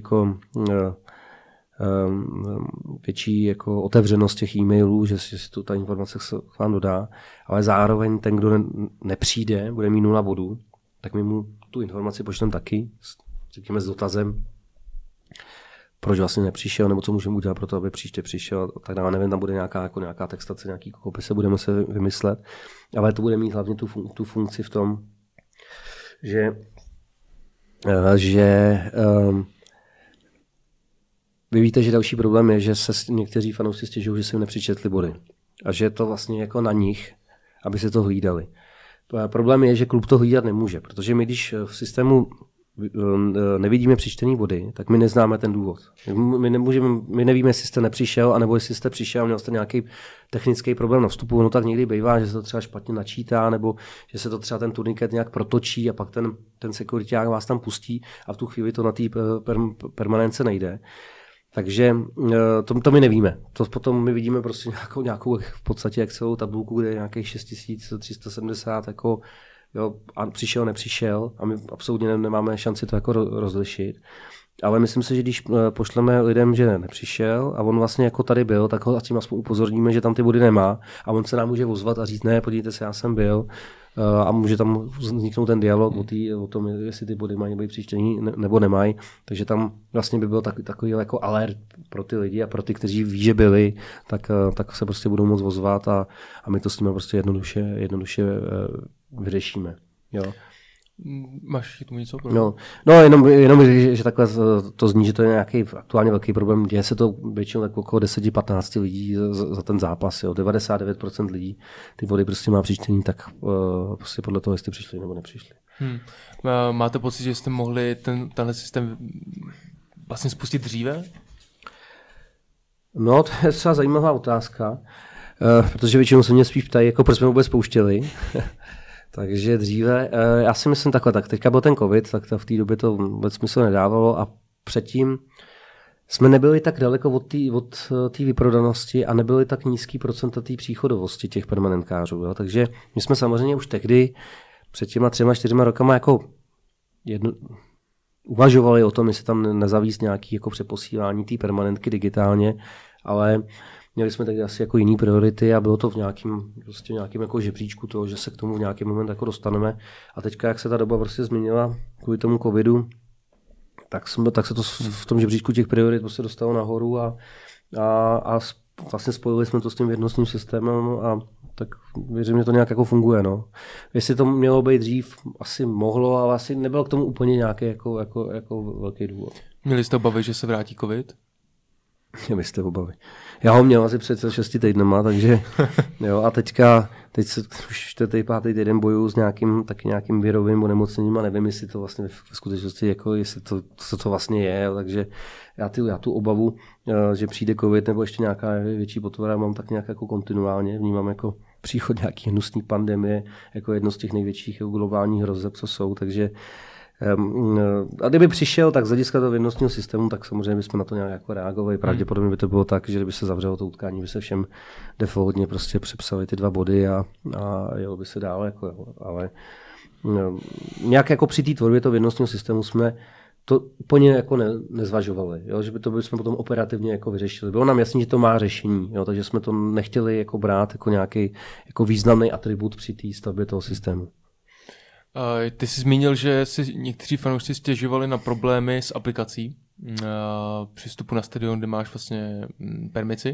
větší jako otevřenost těch e-mailů, že si ta informace k vám dodá, ale zároveň ten, kdo nepřijde, bude mít 0 bodů, tak my mu tu informaci pošleme taky, řekněme s dotazem, proč vlastně nepřišel, nebo co můžeme udělat pro to, aby příště přišel, tak dále, nevím, tam bude nějaká textace, nějaký kopise, budeme se vymyslet, ale to bude mít hlavně tu funkci v tom, že vy víte, že další problém je, že se někteří fanoušci stěžují, že se jim nepřičetli body. A že je to vlastně jako na nich, aby se to hlídali. Problém je, že klub to hlídat nemůže, protože my, když v systému nevidíme přičtený body, tak my neznáme ten důvod. My nevíme, jestli jste nepřišel, anebo jestli jste přišel a měl jste nějaký technický problém na vstupu. No tak někdy bývá, že se to třeba špatně načítá, nebo že se to třeba ten turniket nějak protočí a pak ten sekuriťák vás tam pustí a v tu chvíli to na té permanence nejde. Takže to my nevíme. To potom my vidíme prostě nějakou v podstatě jak celou tabulku, kde je nějakých 6370 jako jo, a přišel, nepřišel a my absolutně nemáme šanci to jako rozlišit. Ale myslím si, že když pošleme lidem, že nepřišel a on vlastně jako tady byl, tak ho a tím aspoň upozorníme, že tam ty body nemá a on se nám může ozvat a říct, ne, podívejte se, já jsem byl a může tam vzniknout ten dialog o tom, jestli ty body mají být přičtení nebo nemají. Takže tam vlastně by byl takový jako alert pro ty lidi a pro ty, kteří ví, že byli, tak se prostě budou moct ozvat a my to s nimi prostě jednoduše vyřešíme. Jo. Máš k tomu něco? No jenom že takhle to zní, že to je nějaký aktuálně velký problém. Děje se to většinou tak okolo 10-15 lidí za ten zápas. Jo. 99% lidí ty body prostě má přičtení, tak prostě podle toho, jestli přišli nebo nepřišli. Máte pocit, že jste mohli tenhle systém vlastně spustit dříve? No, to je docela zajímavá otázka, protože většinou se mě spíš ptají, jako proč jsme vůbec spouštěli. Takže dříve, já si myslím takhle, tak teďka byl ten covid, tak v té době to vůbec smysl nedávalo a předtím jsme nebyli tak daleko od té vyprodanosti a nebyli tak nízký procenta té příchodovosti těch permanentkářů. Jo? Takže my jsme samozřejmě už tehdy před těma 3-4 rokama jako uvažovali o tom, jestli tam nezavíst nějaký jako přeposílání té permanentky digitálně, ale měli jsme taky asi jako jiný priority a bylo to v nějakým jako žebříčku toho, že se k tomu v nějaký moment jako dostaneme. A teďka, jak se ta doba prostě změnila kvůli tomu covidu, tak se to v tom žebříčku těch priorit prostě dostalo nahoru a vlastně spojili jsme to s tím věrnostním systémem a tak věřím, že to nějak jako funguje. No. Jestli to mělo být dřív, asi mohlo, ale asi nebylo k tomu úplně nějaký jako velký důvod. Měli jste obavy, že se vrátí covid? Měli jste obavy. Já ho měl asi před 6 týdnama, takže jo, a teď se už 4. 5. týden bojuju s nějakým virovým onemocněním a nevím, jestli to vlastně v skutečnosti, jako jestli to vlastně je, jo, takže já tu obavu, že přijde covid nebo ještě nějaká větší potvora, mám tak nějak jako kontinuálně, vnímám jako příchod nějaký hnusný pandemie, jako jedno z těch největších globálních hrozeb, co jsou, takže a kdyby přišel, tak z hlediska toho věrnostního systému, tak samozřejmě bychom na to nějak jako reagovali. Pravděpodobně by to bylo tak, že kdyby se zavřelo to utkání, by se všem defaultně prostě přepsali ty 2 body a jelo by se dál. Jako, ale nějak jako při té tvorbě toho věrnostního systému jsme to úplně jako nezvažovali, jo? Že by to bychom potom operativně jako vyřešili. Bylo nám jasné, že to má řešení, jo? Takže jsme to nechtěli jako brát jako nějaký jako významný atribut při té stavbě toho systému. Ty jsi zmínil, že si někteří fanoušci stěžovali na problémy s aplikací při vstupu na stadion, kde máš vlastně permici.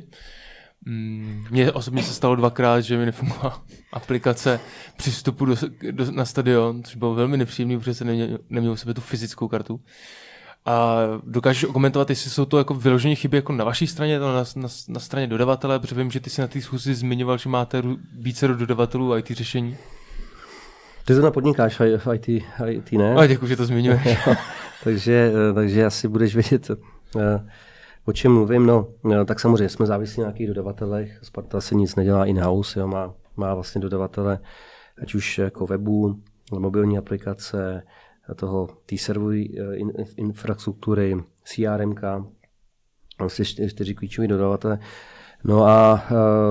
Mně osobně se stalo 2krát, že mi nefungovala aplikace při vstupu na stadion, což bylo velmi nepříjemné, protože jsem neměl u sebe tu fyzickou kartu. A dokážeš komentovat, jestli jsou to jako vyloženě chyby jako na vaší straně, na straně dodavatele, protože vím, že ty si na té schůzi zmiňoval, že máte více dodavatelů IT řešení. Ty zrovna podnikáš v IT, ne? A děkuji, že to zmiňuješ. takže asi budeš vědět, o čem mluvím. No, tak samozřejmě jsme závislí na nějakých dodavatelech. Sparta se nic nedělá in-house, jo, má vlastně dodavatele, ať už jako webu, mobilní aplikace, té serverové infrastruktury, CRMK, vlastně 4 klíčové dodavatele. No a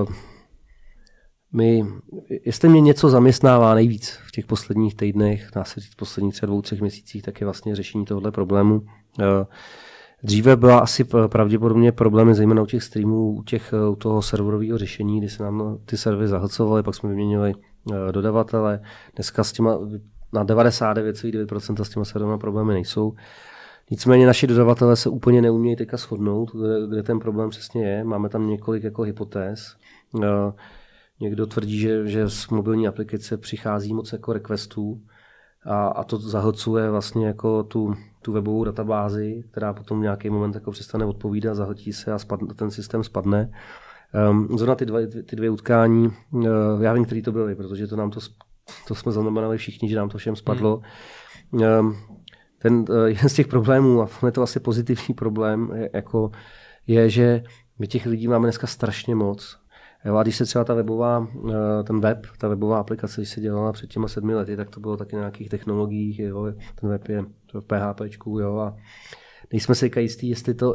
jestli mě něco zaměstnává nejvíc v těch posledních týdnech, dá se říct posledních 2-3 měsících, tak je vlastně řešení tohoto problému. Dříve byla asi pravděpodobně problémy zejména u těch streamů, u toho serverového řešení, kdy se nám ty servery zahlcovaly, pak jsme vyměnili dodavatele. Dneska s těma na 99,9% s těma serverama problémy nejsou. Nicméně naši dodavatelé se úplně neumějí teďka shodnout, kde ten problém přesně je. Máme tam několik jako hypotéz. Někdo tvrdí, že z mobilní aplikace přichází moc jako requestů a to zahlcuje vlastně jako tu webovou databázi, která potom v nějaký moment jako přestane odpovídat, zahltí se a ten systém spadne. Zrovna ty dvě utkání, já vím, který to byly, protože to jsme zaznamenali všichni, že nám to všem spadlo. Jeden z těch problémů, a je to asi pozitivní problém, je, že my těch lidí máme dneska strašně moc. Jo, a když se třeba ta webová aplikace, když se dělala před těma 7 lety, tak to bylo taky na nějakých technologiích, jo, ten web je v PHPčku, jo, a nejsme si jistí,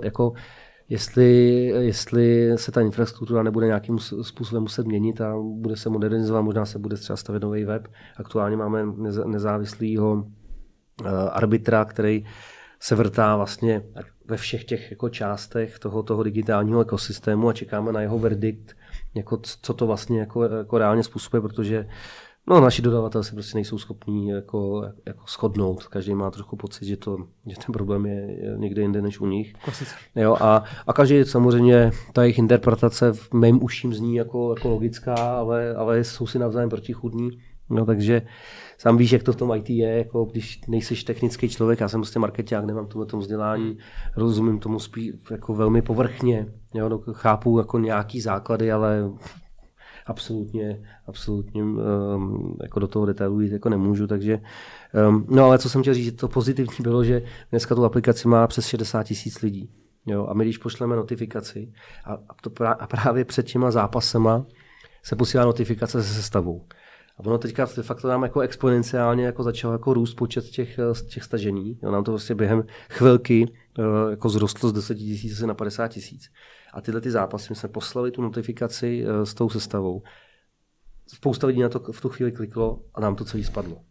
jestli se ta infrastruktura nebude nějakým způsobem muset měnit a bude se modernizovat, možná se bude třeba stavět nový web. Aktuálně máme nezávislého arbitra, který se vrtá vlastně ve všech těch jako částech toho digitálního ekosystému a čekáme na jeho verdikt, jako co to vlastně jako reálně způsobuje, protože naši dodavatelé si prostě nejsou schopní jako shodnout. Každý má trochu pocit, že ten problém je někde jinde než u nich. Jo, a každý samozřejmě, ta jejich interpretace v mém uším zní jako logická, ale jsou si navzájem protichůdní. No, takže sám víš, jak to v tom IT je, jako když nejseš technický člověk, já jsem prostě markeťák, nemám tomu vzdělání, rozumím tomu spíš jako velmi povrchně, jo, chápu jako nějaký základy, ale absolutně jako do toho detailu jít jako nemůžu, takže ale co jsem chtěl říct, to pozitivní bylo, že dneska tu aplikaci má přes 60 000 lidí, jo, a my když pošleme notifikaci a právě před těma zápasema se posílá notifikace se sestavou. A ono teďka de facto nám jako exponenciálně jako začal jako růst počet těch stažení. Jo, nám to vlastně během chvilky jako zrostlo z 10 000 na 50 000. A tyhle ty zápasy, my jsme poslali tu notifikaci s tou sestavou. Spousta lidí na to v tu chvíli kliklo a nám to celý spadlo.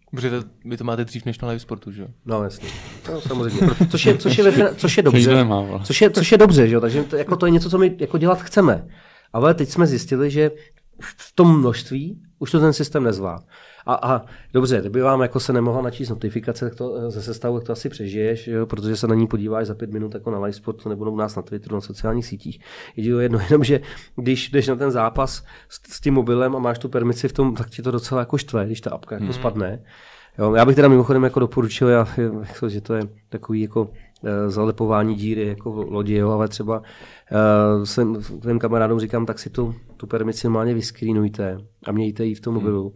Protože vy to máte dřív než na live sportu, že jo? No jasně, no, samozřejmě. Což je dobře. Což je dobře, že jo? Takže to je něco, co my jako dělat chceme. Ale teď jsme zjistili, že v tom množství už to ten systém nezvládá. A dobře, kdyby vám jako se nemohla načíst notifikace ze sestavu, tak to asi přežiješ, jo? Protože se na ní podíváš za 5 minut jako na live sport, nebo u nás na Twitteru, na sociálních sítích. Jenom, že když jdeš na ten zápas s tím mobilem a máš tu permici v tom, tak ti to docela jako štve, když ta apka jako spadne. Jo? Já bych teda mimochodem jako doporučil, že to je takový jako zalepování díry jako v lodi, jo? Ale třeba svým kamarádům říkám, tak si tu permici normálně vyscreenujte a mějte ji v tom mobilu.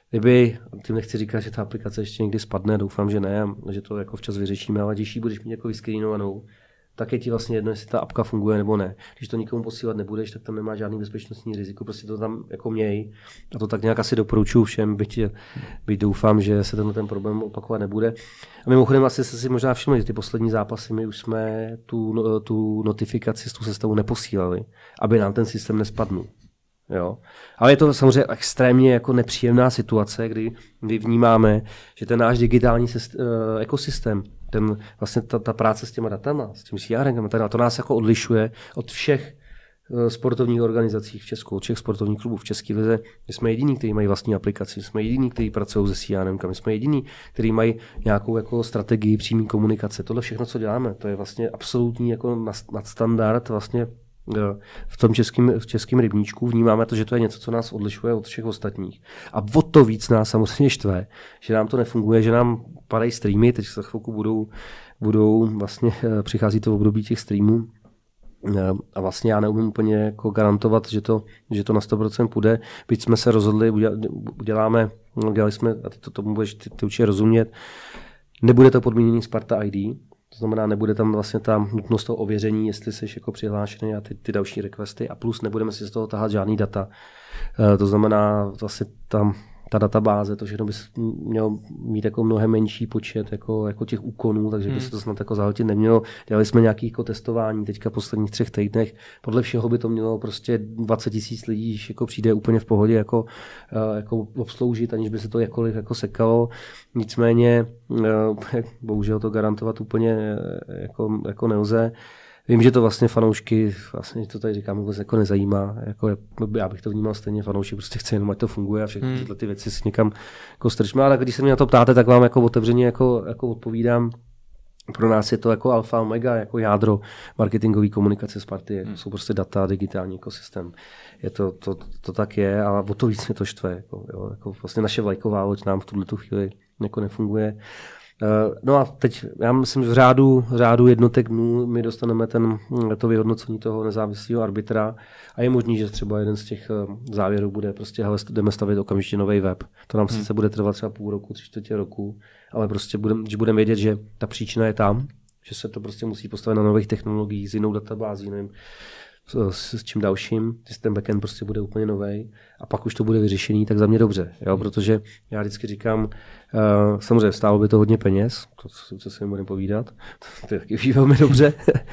Tím nechci říkat, že ta aplikace ještě někdy spadne, doufám, že ne, že to jako včas vyřešíme, ale když ji budeš mít jako vyscreenovanou, tak je ti vlastně jedno, jestli ta apka funguje nebo ne. Když to nikomu posílat nebudeš, tak tam nemá žádný bezpečnostní riziko, prostě to tam jako měj. A to tak nějak asi doporučuji všem, byť doufám, že se ten problém opakovat nebude. A mimochodem asi jste si možná všimli, že ty poslední zápasy my už jsme tu notifikaci z tu sestavu neposílali, aby nám ten systém nespadnul. Jo. Ale je to samozřejmě extrémně jako nepříjemná situace, kdy vnímáme, že ten náš digitální ekosystém, vlastně ta práce s těma datama, s tím CRM, to nás jako odlišuje od všech sportovních organizací v Česku, od všech sportovních klubů v České lize. My jsme jediní, kteří mají vlastní aplikaci, jsme jediní, kteří pracují se CRM, my jsme jediní, kteří mají nějakou jako strategii přímé komunikace. Tohle všechno, co děláme, to je vlastně absolutní jako nadstandard vlastně v tom českém rybníčku. Vnímáme to, že to je něco, co nás odlišuje od všech ostatních. A o to víc nás samozřejmě štve, že nám to nefunguje, že nám padají streamy, teď za chvilku budou vlastně, přichází to v období těch streamů, a vlastně já neumím úplně jako garantovat, že to na 100% půjde. Byť jsme se rozhodli, udělali jsme, a ty tomu budeš ty určitě rozumět, nebude to podmíněný Sparta ID, to znamená, nebude tam vlastně ta nutnost toho ověření, jestli jsi jako přihlášený a ty další requesty, a plus nebudeme si z toho tahat žádný data. To znamená, vlastně tam ta databáze, to všechno bys měl mít jako mnohem menší počet jako těch úkonů, takže by se to snad jako zahltit nemělo. Dělali jsme nějaké jako testování teďka posledních 3 týdnech. Podle všeho by to mělo prostě 20 000 lidí, když jako přijde úplně v pohodě jako obsloužit, aniž by se to jakkoliv jako sekalo. Nicméně bohužel to garantovat úplně jako nelze. Vím, že to vlastně fanoušky, vlastně to tady říkám, vůbec jako nezajímá. Já bych to vnímal stejně, fanoušek prostě chce jenom, ať to funguje a všechny tyhle ty věci si někam jako strčme. Ale když se mě na to ptáte, tak vám jako otevřeně jako odpovídám. Pro nás je to jako alfa omega, jako jádro marketingové komunikace Sparty. Jsou prostě data, digitální ekosystém. To tak je, ale o to víc mě to štve. Jako vlastně naše vlajková loď nám v tuto chvíli jako nefunguje. No a teď, já myslím, že v řádu jednotek dnů my dostaneme to vyhodnocení toho nezávislého arbitra a je možný, že třeba jeden z těch závěrů bude prostě, hele, jdeme stavit okamžitě nový web. To nám sice bude trvat třeba půl roku, 3/4 roku, ale prostě budeme vědět, že ta příčina je tam, že se to prostě musí postavit na nových technologiích, s jinou databází, nevím, s čím dalším, ten backend prostě bude úplně novej a pak už to bude vyřešený, tak za mě dobře, jo? Protože já vždycky říkám, samozřejmě stálo by to hodně peněz, co si budeme povídat, to taky ví velmi dobře,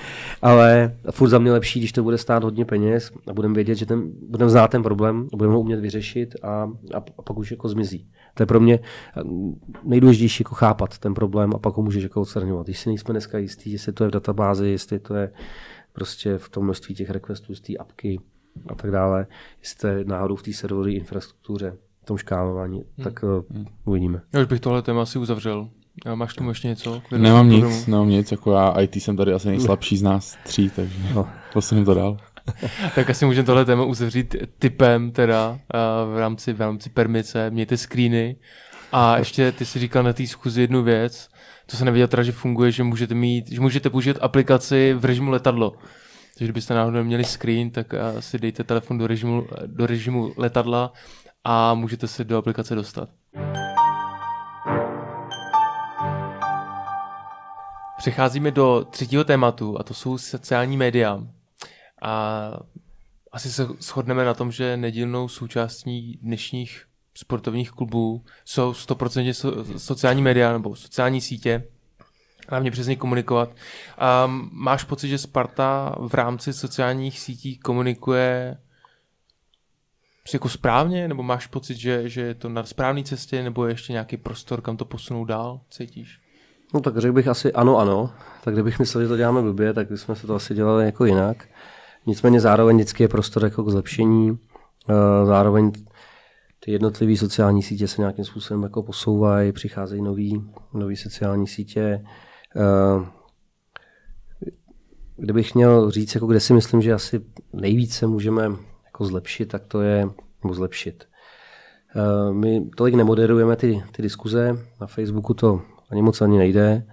ale furt za mě lepší, když to bude stát hodně peněz a budeme vědět, že budeme znát ten problém, budeme ho umět vyřešit a pak už jako zmizí. To je pro mě nejdůležitější jako chápat ten problém a pak ho můžeš jako odstraňovat. Když si nejsme dneska jistý, jestli to je v databázi, jestli to je prostě v tom množství těch requestů z té apky a tak dále, jestli to je náhodou v té serverové infrastruktuře, v tom škálování, tak uvidíme. Já už bych tohle téma asi uzavřel. Máš tu ještě něco? Nemám nic, jako já IT jsem tady asi nejslabší z nás 3, takže posuním to dál. Tak asi můžeme tohle téma uzavřít tipem teda v rámci permice, mějte screeny a ještě ty si říkal na té schůzi jednu věc, to se nevěděl teda, že funguje, že můžete použít aplikaci v režimu letadlo. Takže kdybyste náhodou měli screen, tak si dejte telefon do režimu letadla a můžete se do aplikace dostat. Přecházíme do 3. tématu a to jsou sociální média. A asi se shodneme na tom, že nedílnou součástí dnešních sportovních klubů jsou 100% sociální média nebo sociální sítě, hlavně přes ně komunikovat. Máš pocit, že Sparta v rámci sociálních sítí komunikuje jako správně, nebo máš pocit, že je to na správné cestě, nebo je ještě nějaký prostor, kam to posunout dál, cítíš? No tak řekl bych asi ano. Tak kdybych myslel, že to děláme blbě, tak bychom se to asi dělali jako jinak. Nicméně zároveň vždycky je prostor jako k zlepšení. Zároveň ty jednotlivé sociální sítě se nějakým způsobem jako posouvají, přicházejí nový sociální sítě. Kdybych měl říct, jako kde si myslím, že asi nejvíce můžeme jako zlepšit, tak to je zlepšit. My tolik nemoderujeme ty diskuze, na Facebooku to ani nejde,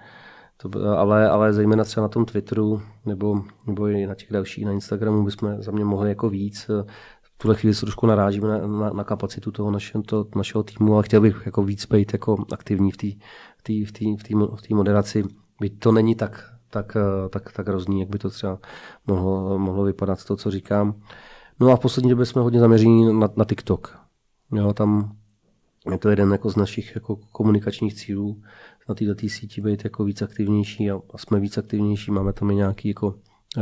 ale zejména třeba na tom Twitteru nebo i na těch dalších, na Instagramu bychom za mě mohli jako víc. V tuhle chvíli se trošku narážíme na kapacitu toho našeho týmu, ale chtěl bych jako víc být jako aktivní v té moderaci. Byť to není tak hrozný, jak by to třeba mohlo vypadat, to, co říkám. No a v poslední době jsme hodně zaměření na TikTok. Jo, tam je to jeden jako z našich jako komunikačních cílů, na této síti být jako víc aktivnější a jsme víc aktivnější, máme tam i nějaký jako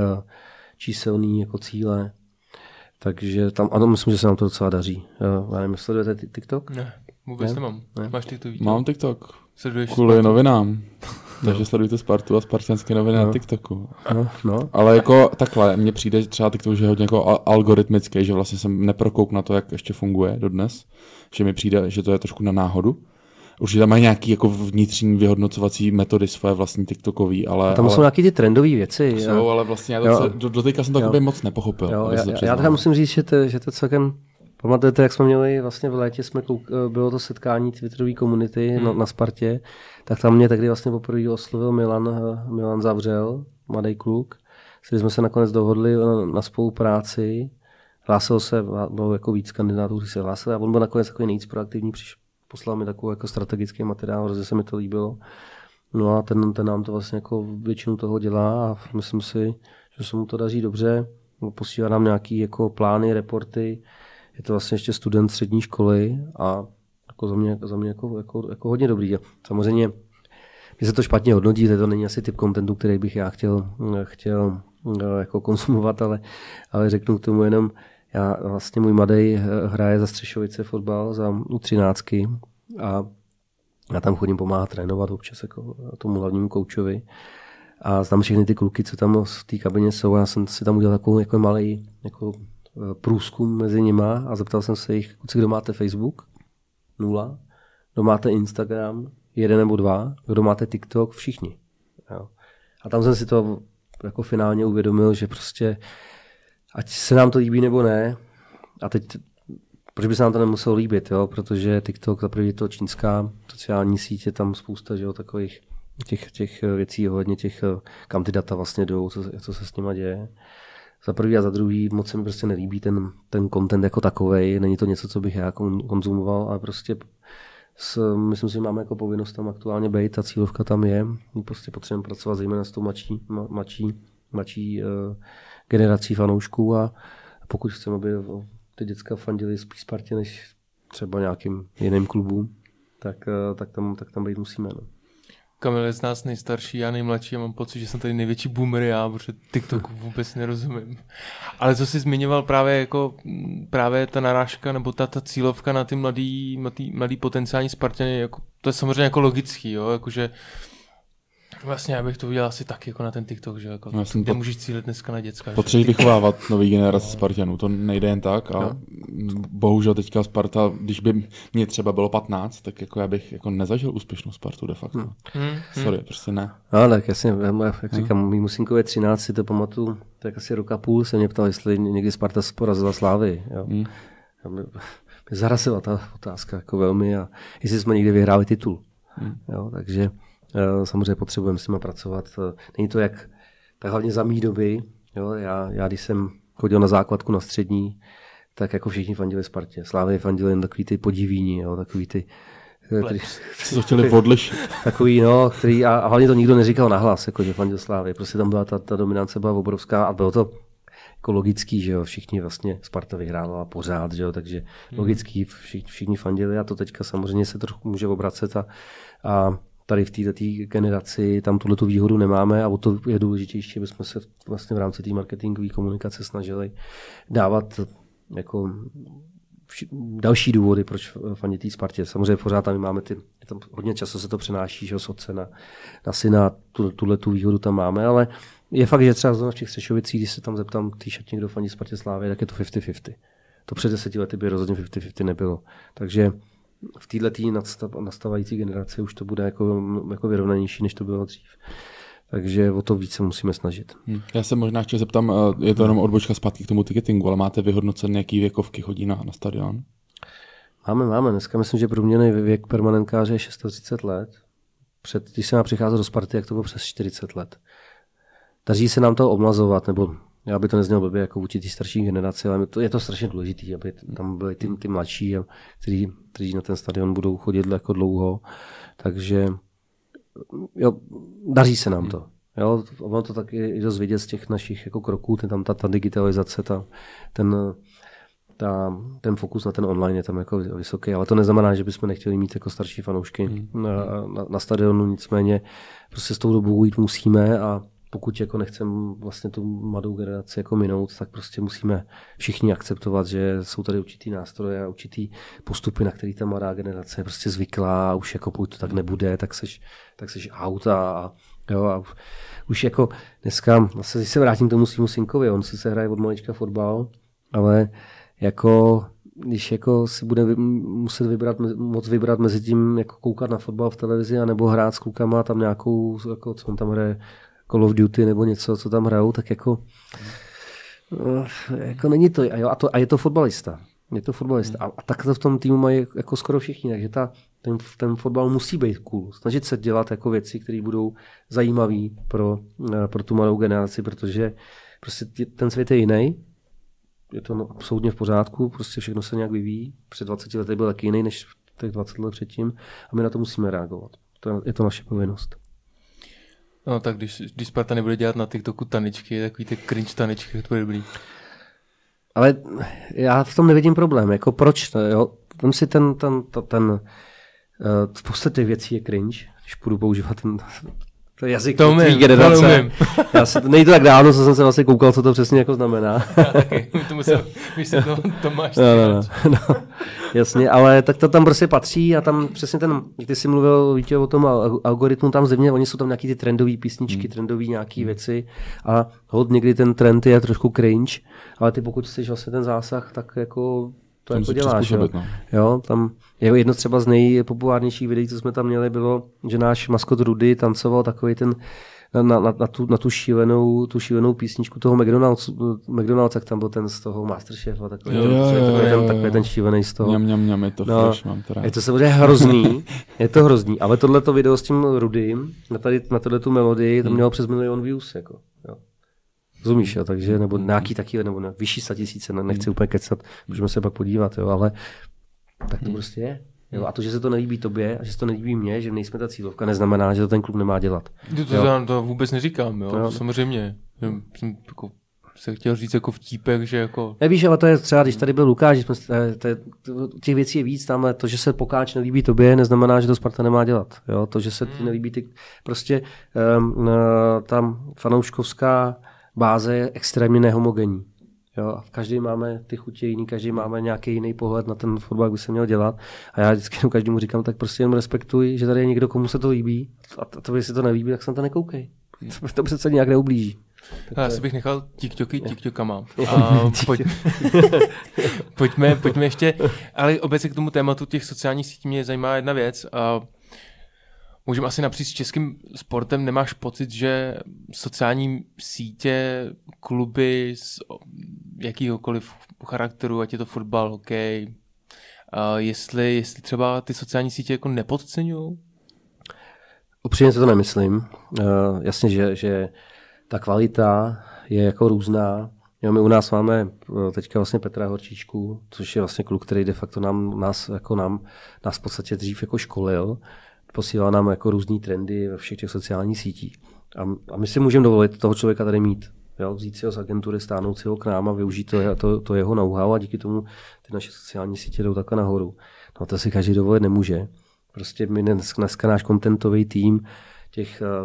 číselný jako cíle. Takže tam, ano, myslím, že se nám to docela daří. Já nevím, sledujete TikTok? Ne, vůbec nemám. Ne? Máš TikTok? Mám TikTok. Sleduješ kvůli Spartu? Novinám. Takže sledujte Spartu a spartanské noviny na TikToku. No. Ale jako takhle, mně přijde třeba TikTok, že je hodně jako algoritmický, že vlastně jsem neprokouk na to, jak ještě funguje dodnes. Že mi přijde, že to je trošku na náhodu. Určitě tam mají nějaký jako vnitřní vyhodnocovací metody svoje vlastní TikTokový, ale... A tam jsou nějaký ty trendové věci. Jsou, ale vlastně já do teďka jsem to moc nepochopil. Já teda musím říct, že to celkem... Pamatujete, jak jsme měli vlastně v létě, bylo to setkání Twitterové komunity na Spartě, tak tam mě tehdy vlastně poprvé oslovil Milan Zavřel, mladý kluk, s kterým jsme se nakonec dohodli na spolupráci. Hlásil se, bylo jako víc kandidátů, kteří se hlásili a on byl nakonec takový nejvíc proaktivní, poslal mi takový jako strategický materiál, hrozně se mi to líbilo. No a ten nám to vlastně jako většinu toho dělá a myslím si, že se mu to daří dobře. Posílá nám nějaký jako plány, reporty. Je to vlastně ještě student střední školy a jako za mě jako hodně dobrý. A samozřejmě, když se to špatně hodnotí, to není asi typ kontentu, který bych já chtěl jako konzumovat, ale řeknu k tomu jenom, já vlastně můj mladý hraje za Střešovice fotbal, za U13 a já tam chodím pomáhat trénovat občas jako tomu hlavnímu koučovi a znám všechny ty kluky, co tam v té kabině jsou. Já jsem si tam udělal takovou jako malý jako průzkum mezi nima a zeptal jsem se jich, kluci, kdo máte Facebook? 0. Kdo máte Instagram? 1 nebo 2. Kdo máte TikTok? Všichni. Jo. A tam jsem si to jako finálně uvědomil, že prostě ať se nám to líbí nebo ne, a teď proč by se nám to nemuselo líbit, jo? Protože TikTok, za první je to čínská sociální sítě, tam spousta, že jo, takových těch věcí, hodně těch, kam ty data vlastně jdou, co se s nima děje. Za prvý a za druhý moc se mi prostě nelíbí ten content jako takovej, není to něco, co bych já konzumoval, ale prostě myslím si, že máme jako povinnost tam aktuálně být, ta cílovka tam je, my prostě potřebujeme pracovat zejména s tou mladší generací fanoušků a pokud chceme, aby ty děcka fandili spíš Spartě než třeba nějakým jiným klubům, tak tam být musíme. No. Kamil je z nás nejstarší, já nejmladší a mám pocit, že jsem tady největší boomer já, protože TikToku vůbec nerozumím. Ale co jsi zmiňoval právě ta narážka nebo ta cílovka na ty mladý potenciální Spartany, jako, to je samozřejmě jako logický, jo, jakože vlastně já bych to udělal asi taky jako na ten TikTok, že jako můžeš cílit dneska na děcka. Potřebuješ vychovávat nový generace Spartanů, to nejde jen tak a bohužel teďka Sparta, když by mě třeba bylo 15, tak jako já bych jako nezažil úspěšnou Spartu de facto. Sorry, prostě ne. No tak jasně, jak říkám, mý Musinkovi 13 si to pamatuju, tak asi rok a půl se mě ptal, jestli někdy Sparta porazila Slávy. Mě zarazila ta otázka jako velmi a jestli jsme někdy vyhráli titul. Jo, takže samozřejmě potřebujeme s nimi pracovat. Není to tak hlavně za mý doby. Jo, já když jsem chodil na základku na střední, tak jako všichni fandili Spartě. Slávy fandili jen takový ty podivíni, jo, takový ty... Co chtěli odlišit. Takový, no, který, a hlavně to nikdo neříkal nahlas, jako, že fandil Slávy. Prostě tam byla ta dominance byla obrovská a bylo to jako logický, že jo, všichni vlastně Sparta vyhrávala pořád, že jo, takže logický, všichni fandili a to teďka samozřejmě se trochu může obracet a tady v této generaci tam tuhletu výhodu nemáme a o to je důležitější, aby jsme se vlastně v rámci té marketingové komunikace snažili dávat jako další důvody, proč fandit té Spartě. Samozřejmě pořád tam máme tam hodně času se to přenáší, že z otce na syna, tu výhodu tam máme, ale je fakt, že třeba v těch Střešovicích, když se tam zeptám tý šatně, kdo fandí Spartě Slávy, tak je to 50-50. To před 10 lety by rozhodně 50-50 nebylo. Takže v této nastávající generaci už to bude jako vyrovnanější, než to bylo dřív. Takže o to více musíme snažit. Já se možná ještě zeptám, je to jenom odbočka zpátky k tomu ticketingu, ale máte vyhodnocen, jaký věkovky chodí na stadion? Máme. Dneska myslím, že průměrný věk permanentkáře je 630 let. Když jsem přicházel do Sparty, jak to bylo přes 40 let. Daří se nám to omlazovat, nebo já by to nezněl blbě jako vůči té starší generaci, ale je to strašně důležité, aby tam byly ty mladší, kteří na ten stadion budou chodit jako dlouho. Takže jo, daří se nám to. Jo, ono to taky je dost vidět z těch našich jako kroků, tam ta digitalizace, ten fokus na ten online je tam jako vysoký, ale to neznamená, že bychom nechtěli mít jako starší fanoušky na stadionu, nicméně prostě s tou dobou jít musíme a pokud jako nechceme vlastně tu mladou generaci jako minout, tak prostě musíme všichni akceptovat, že jsou tady určitý nástroje a určitý postupy, na který ta mladá generace je prostě zvyklá a už jako pokud to tak nebude, tak seš out a už jako dneska, vlastně když se vrátím k tomu svýmu synkovi, on si se hraje od malička fotbal, ale jako když jako si bude muset moc vybrat mezi tím, jako koukat na fotbal v televizi, anebo hrát s klukama tam nějakou, jako co on tam hraje, Call of Duty nebo něco, co tam hrajou, tak jako není to. A je to fotbalista. A tak to v tom týmu mají jako skoro všichni, takže ten fotbal musí být cool. Snažit se dělat jako věci, které budou zajímavé pro tu mladou generaci, protože prostě ten svět je jiný. Je to absolutně v pořádku, prostě všechno se nějak vyvíjí. Před 20 lety byl taky jiný než těch 20 let předtím a my na to musíme reagovat. Je to naše povinnost. No tak když Sparta nebude dělat na TikToku taničky, takový ty cringe taničky, to bude dobrý. Ale já v tom nevidím problém, jako proč, jo? Vem si ten v podstatě věcí je cringe, když budu používat ten jazyk tvý generace. Nejde to tak dávno, co jsem se vlastně koukal, co to přesně jako znamená. Já taky, víš, to máš. No, jasně, ale tak to tam prostě patří a tam přesně jak ty jsi mluvil, Vítě, o tom algoritmu tam země, oni jsou tam nějaký ty trendové písničky, trendové nějaký věci a hod někdy ten trend je trošku cringe, ale ty pokud chceš vlastně ten zásah, tak jako to jako děláš. Jo, tam jedno třeba z nejpopulárnějších videí, co jsme tam měli, bylo, že náš maskot Rudy tancoval takový ten na tu šílenou písničku toho McDonald's, jak tam byl ten z toho Masterchef a takový ten šílený z toho. Mňam, je to fresh, mám to rád. Je to samozřejmě hrozný, ale tohleto video s tím Rudym, na tohletu melodii, tam mělo přes 1 milion views, jako, jo. Rozumíš, jo, takže, nebo nějaký taky, nebo vyšší 100 000, nechci úplně kecat, můžeme se pak podívat, jo, ale tak to prostě je. Jo, a to, že se to nelíbí tobě a že se to nelíbí mně, že nejsme ta cílovka, neznamená, že to ten klub nemá dělat. To vůbec neříkám, jo. Samozřejmě. Jsem jako se chtěl říct jako vtípek, že jako... Nevíš, ale to je třeba, když tady byl Lukáš, těch věcí je víc, tam to, že se Pokáč nelíbí tobě, neznamená, že to Sparta nemá dělat. Jo, to, že se ti nelíbí prostě tam fanouškovská báze je extrémně nehomogenní. Jo, a každý máme ty chutě jiný, každý máme nějaký jiný pohled na ten fotbal, jak by se měl dělat. A já vždycky každému říkám, tak prostě jenom respektuj, že tady je někdo, komu se to líbí. A to, si to nelíbí, tak se na to nekoukej. To přece nějak neublíží. Já si bych nechal TikTokama. Pojďme ještě, ale obecně k tomu tématu těch sociálních sítí mě zajímá jedna věc. Můžeme asi napříč s českým sportem, nemáš pocit, že sociální sítě, kluby z jakýhokoliv charakteru, ať je to fotbal, hokej, jestli třeba ty sociální sítě jako nepodceňují? Upřímně to nemyslím. Jasně, že ta kvalita je jako různá. Jo, my u nás máme teďka vlastně Petra Horčičku, což je vlastně kluk, který de facto nás v podstatě dřív jako školil. Posílá nám jako různý trendy ve všech těch sociálních sítích. A my si můžeme dovolit toho člověka tady mít. Jo? Vzít si ho z agentury, stáhnout si ho k nám a využít to jeho know-how a díky tomu ty naše sociální sítě jdou takhle nahoru. No to si každý dovolit nemůže. Prostě my dneska náš contentový tým, těch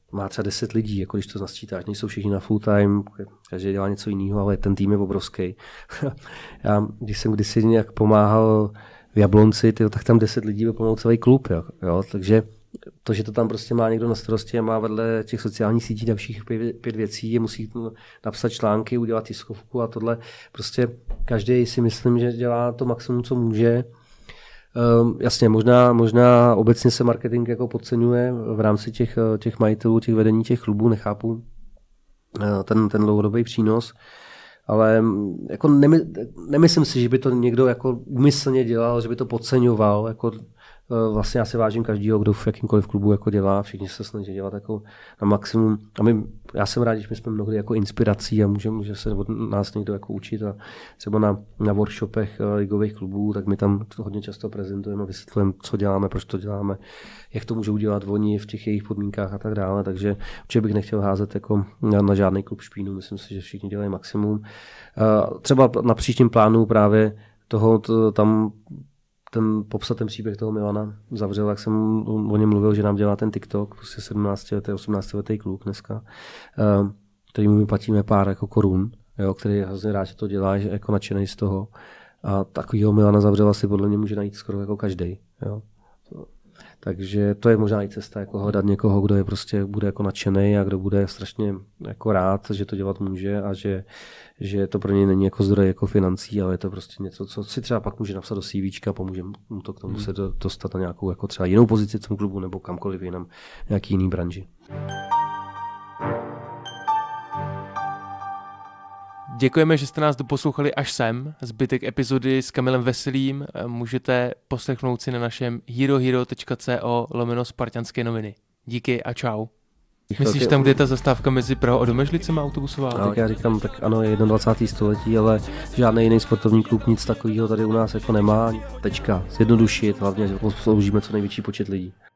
má třeba 10 lidí, jako když to nasčítáš, nejsou všichni na full time, každý dělá něco jiného, ale ten tým je obrovský. Já, když jsem kdysi nějak pomáhal v Jablonci, tak tam 10 lidí byl pomalu celý klub, jo, takže to, že to tam prostě má někdo na starosti a má vedle těch sociálních sítí dalších 5 věcí, musí napsat články, udělat tiskovku a tohle, prostě každý si myslím, že dělá to maximum, co může. Jasně, možná obecně se marketing jako podceňuje v rámci těch majitelů, těch vedení těch klubů, nechápu ten dlouhodobý přínos, ale jako nemyslím si, že by to někdo jako úmyslně dělal, že by to podceňoval, jako vlastně já si vážím každýho, kdo v jakýmkoliv klubu jako dělá, všichni se snaží dělat jako na maximum. A já jsem rád, že my jsme mnohdy jako inspirací a může se od nás někdo jako učit a třeba na workshopech ligových klubů, tak my tam to hodně často prezentujeme, vysvětlujeme, co děláme, proč to děláme, jak to můžou dělat oni v těch jejich podmínkách a tak dále. Takže určitě bych nechtěl házet jako na žádný klub špínu, myslím si, že všichni dělají maximum. Třeba na příštím plánu právě tam popsat ten příběh toho Milana zavřel, jak jsem o něm mluvil, že nám dělá ten TikTok, prostě 17letý, 18letý kluk dneska, který mu platíme pár jako korun, jo, který je hrozně rád, že to dělá, že jako nadšenej z toho. A takovýho Milana zavřel asi podle mě může najít skoro jako každej. Jo. Takže to je možná i cesta, jako hledat někoho, kdo je prostě bude jako nadšenej a kdo bude strašně jako rád, že to dělat může a že to pro něj není jako zdroj jako financí, ale je to prostě něco, co si třeba pak může napsat do CVčka, pomůže mu to k tomu se dostat na nějakou jako třeba jinou pozici v tom klubu nebo kamkoliv jinam, nějaký jiný branži. Děkujeme, že jste nás doposlouchali až sem. Zbytek epizody s Kamilem Veselým můžete poslechnout si na našem herohero.co/Spartanské noviny. Díky a čau. Myslíš, že tam, kde je ta zastávka mezi Prahou a Domežlicema autobusová? No, tak já říkám, tak ano, je 21. století, ale žádný jiný sportovní klub nic takového tady u nás jako nemá. Tečka. Zjednodušit, hlavně posloužíme co největší počet lidí.